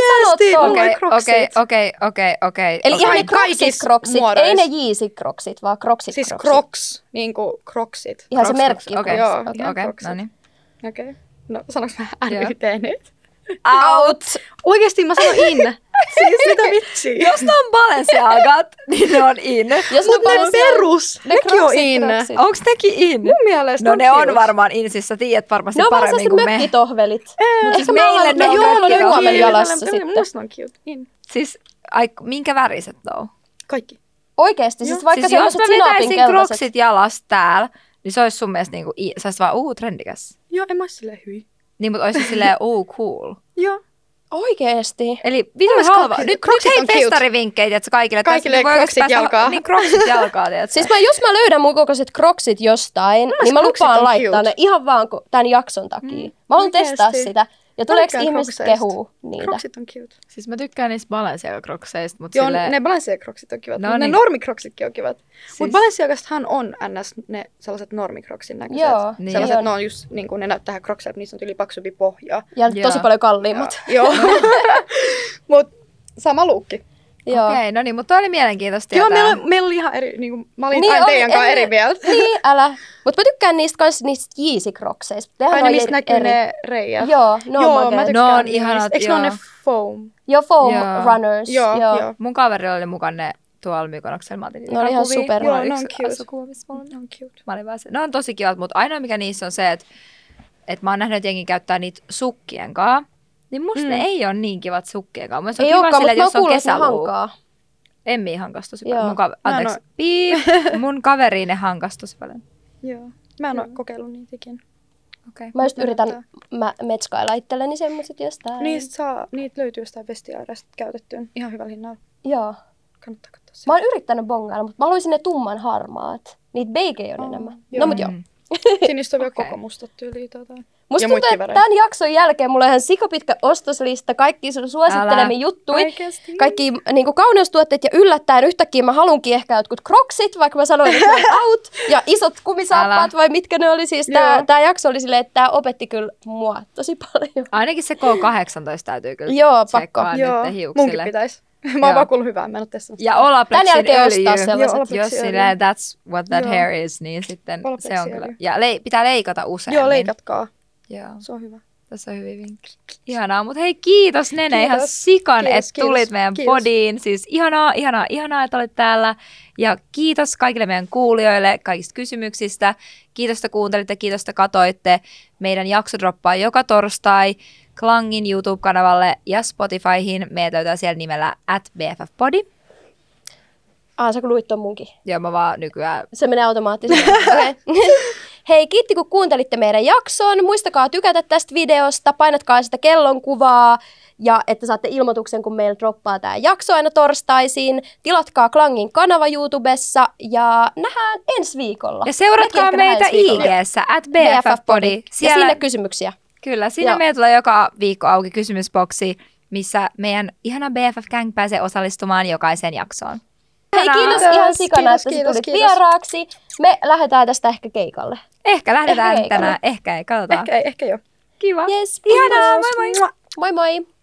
Okei. Eli ihan ne Crocsit, ei ne Yeezy-Crocsit, vaan Crocsit. Siis Crocs, niinku Crocsit. Ihan se merkki. Okei, no niin. Okei. No sanoks mä NYT nyt? Out! Oikeesti mä sanon in. Siis mitä vitsiä? Jos ne on Balenciagat, niin ne on in. Mut ne perus, nekin on in. Onks nekin in? Mun mielestä no ne on varmaan in, siis sä tiedät varmasti paremmin kuin me. Ne on vaan mökkitohvelit. Siis meille ne on huomenna jalassa sitten. Musta on cute, in. Siis, minkä väriset on? Kaikki. Oikeesti, siis vaikka siis sellaiset jos mä sinapin vetäisin keltaiset. Crocsit jalasta täällä, niin se olisi sun mielestä niinku, sä olisit vaan trendikäs. Joo, en mä ois silleen hyi. Niin, mutta olisi silleen cool. Joo. Oikeesti. Eli vitun halva. Nyt hei testarivinkkejä, että kaikille Crocsit jalkaa. Niin Crocsit jalkaa, tiedätkö? Siis jos mä löydän mun kokoiset Crocsit jostain, niin mä lupaan laittaa ne ihan vaan tämän jakson takia. Mä haluan testaa sitä. Ja tuleeko ihmiset kehuu niitä? Crocsit on cute. Siis mä tykkään niistä Balenciaga-crocseista, mutta joo, ne Balenciaga-crocsit on kivat. No, ne normicrocsitkin on kivat. Siis... Mutta Balenciagastahan on ns. Ne sellaiset normicrocsin näköiset. Joo. Niin. Sellaiset, ne on just niin kuin ne näyttää crocseilta, niissä on yli paksumpi pohja. Ja tosi paljon kalliimmat. Joo. Mut sama luukki. Okei, no niin, mutta toi oli mielenkiintoista tietää. Joo, meillä oli ihan eri, niinku, mä olin aina teidän kanssa eri mieltä. Niin, älä. Mutta mä tykkään niistä Yeezy-crocseista. Aina mistä näkyy ne reijät. Joo, mä tykkään niistä. Eikö ne ole ne foam? Joo, foam runners. Joo. Mun kaverilla oli mukaan ne tuolla Mykonoksella. Mä otin niitä ne oli ihan super. Joo, ne on cute. Mä olin vaan se. Ne on tosi kivat, mutta ainoa mikä niissä on se, että mä oon nähnyt, että jengi käyttää niitä sukkien kanssa. Niin musta ne ei ole niin kivat sukkien kanssa. Musta on kiva sille, jos on kesäluu. Emmi hankasi tosi paljon. Mun kaveri ne hankasi tosi paljon. Joo, mä en oo kokeillut niitä ikinä. Okay. Mä just yritän metskailla itselleni semmoset jostain. Niitä löytyy jostain vestiairasta käytettyyn ihan hyvällä hinnalla. Joo. Kannattaa katsoa. Mä oon yrittänyt bongailla, mutta mä haluaisin ne tumman harmaat. Niitä beigejä on enemmän. No mut joo. Niistä on vielä koko mustat tyyliä jotain. Musta tuntuu, että tämän jakson jälkeen mulla on ihan sikapitkä ostoslista, kaikki sun suosittelemiin juttuja, kaikki niinku kauneustuotteet ja yllättäen yhtäkkiä mä haluunkin ehkä jotkut Crocsit, vaikka mä sanoin, että ne on out, ja isot kumisaappaat vai mitkä ne oli siis. Tää jakso oli silleen, että tää opetti kyllä mua tosi paljon. Ainakin se K18 täytyy kyllä tsekkaa nyt hiuksille. Munkin pitäisi. Mä oon vaan kuullut hyvää, mä en oo testannut. Ja Olaplexin öljy, jos silleen that's what that hair is, niin sitten se on kyllä. Ja pitää leikata usein. Joo, leikatkaa. Joo. Se on hyvä. Tässä on hyvin vinkki. Ihanaa, mutta hei kiitos Nene ihan sikan, että tulit meidän podiin. Siis ihanaa, että olit täällä. Ja kiitos kaikille meidän kuulijoille kaikista kysymyksistä. Kiitos, että kuuntelitte, kiitos, että katoitte. Meidän jakso droppaa joka torstai Klangin YouTube-kanavalle ja Spotifyhin. Meitä löytää siellä nimellä @bffpodi. Sä kun luit ton munkin. Joo, mä vaan nykyään... Se menee automaattisesti. Okay. Hei, kiitti kun kuuntelitte meidän jakson. Muistakaa tykätä tästä videosta, painatkaa sitä kellonkuvaa ja että saatte ilmoituksen, kun meillä droppaa tämä jakso aina torstaisin. Tilatkaa Klangin kanava YouTubessa ja nähdään ensi viikolla. Ja seuratkaa meitä IG:ssä @BFF-podi. Ja sinne kysymyksiä. Kyllä, siinä meillä tulee joka viikko auki kysymysboksi, missä meidän ihana BFF-gang pääsee osallistumaan jokaiseen jaksoon. Hei, kiitos ihan sikana, että sä tulit vieraaksi. Me lähdetään tästä ehkä keikalle. Ehkä lähdetään tänään, ehkä ei, katsotaan. Ehkä joo. Kiva. Yes, ihanaa, moi moi! Moi moi!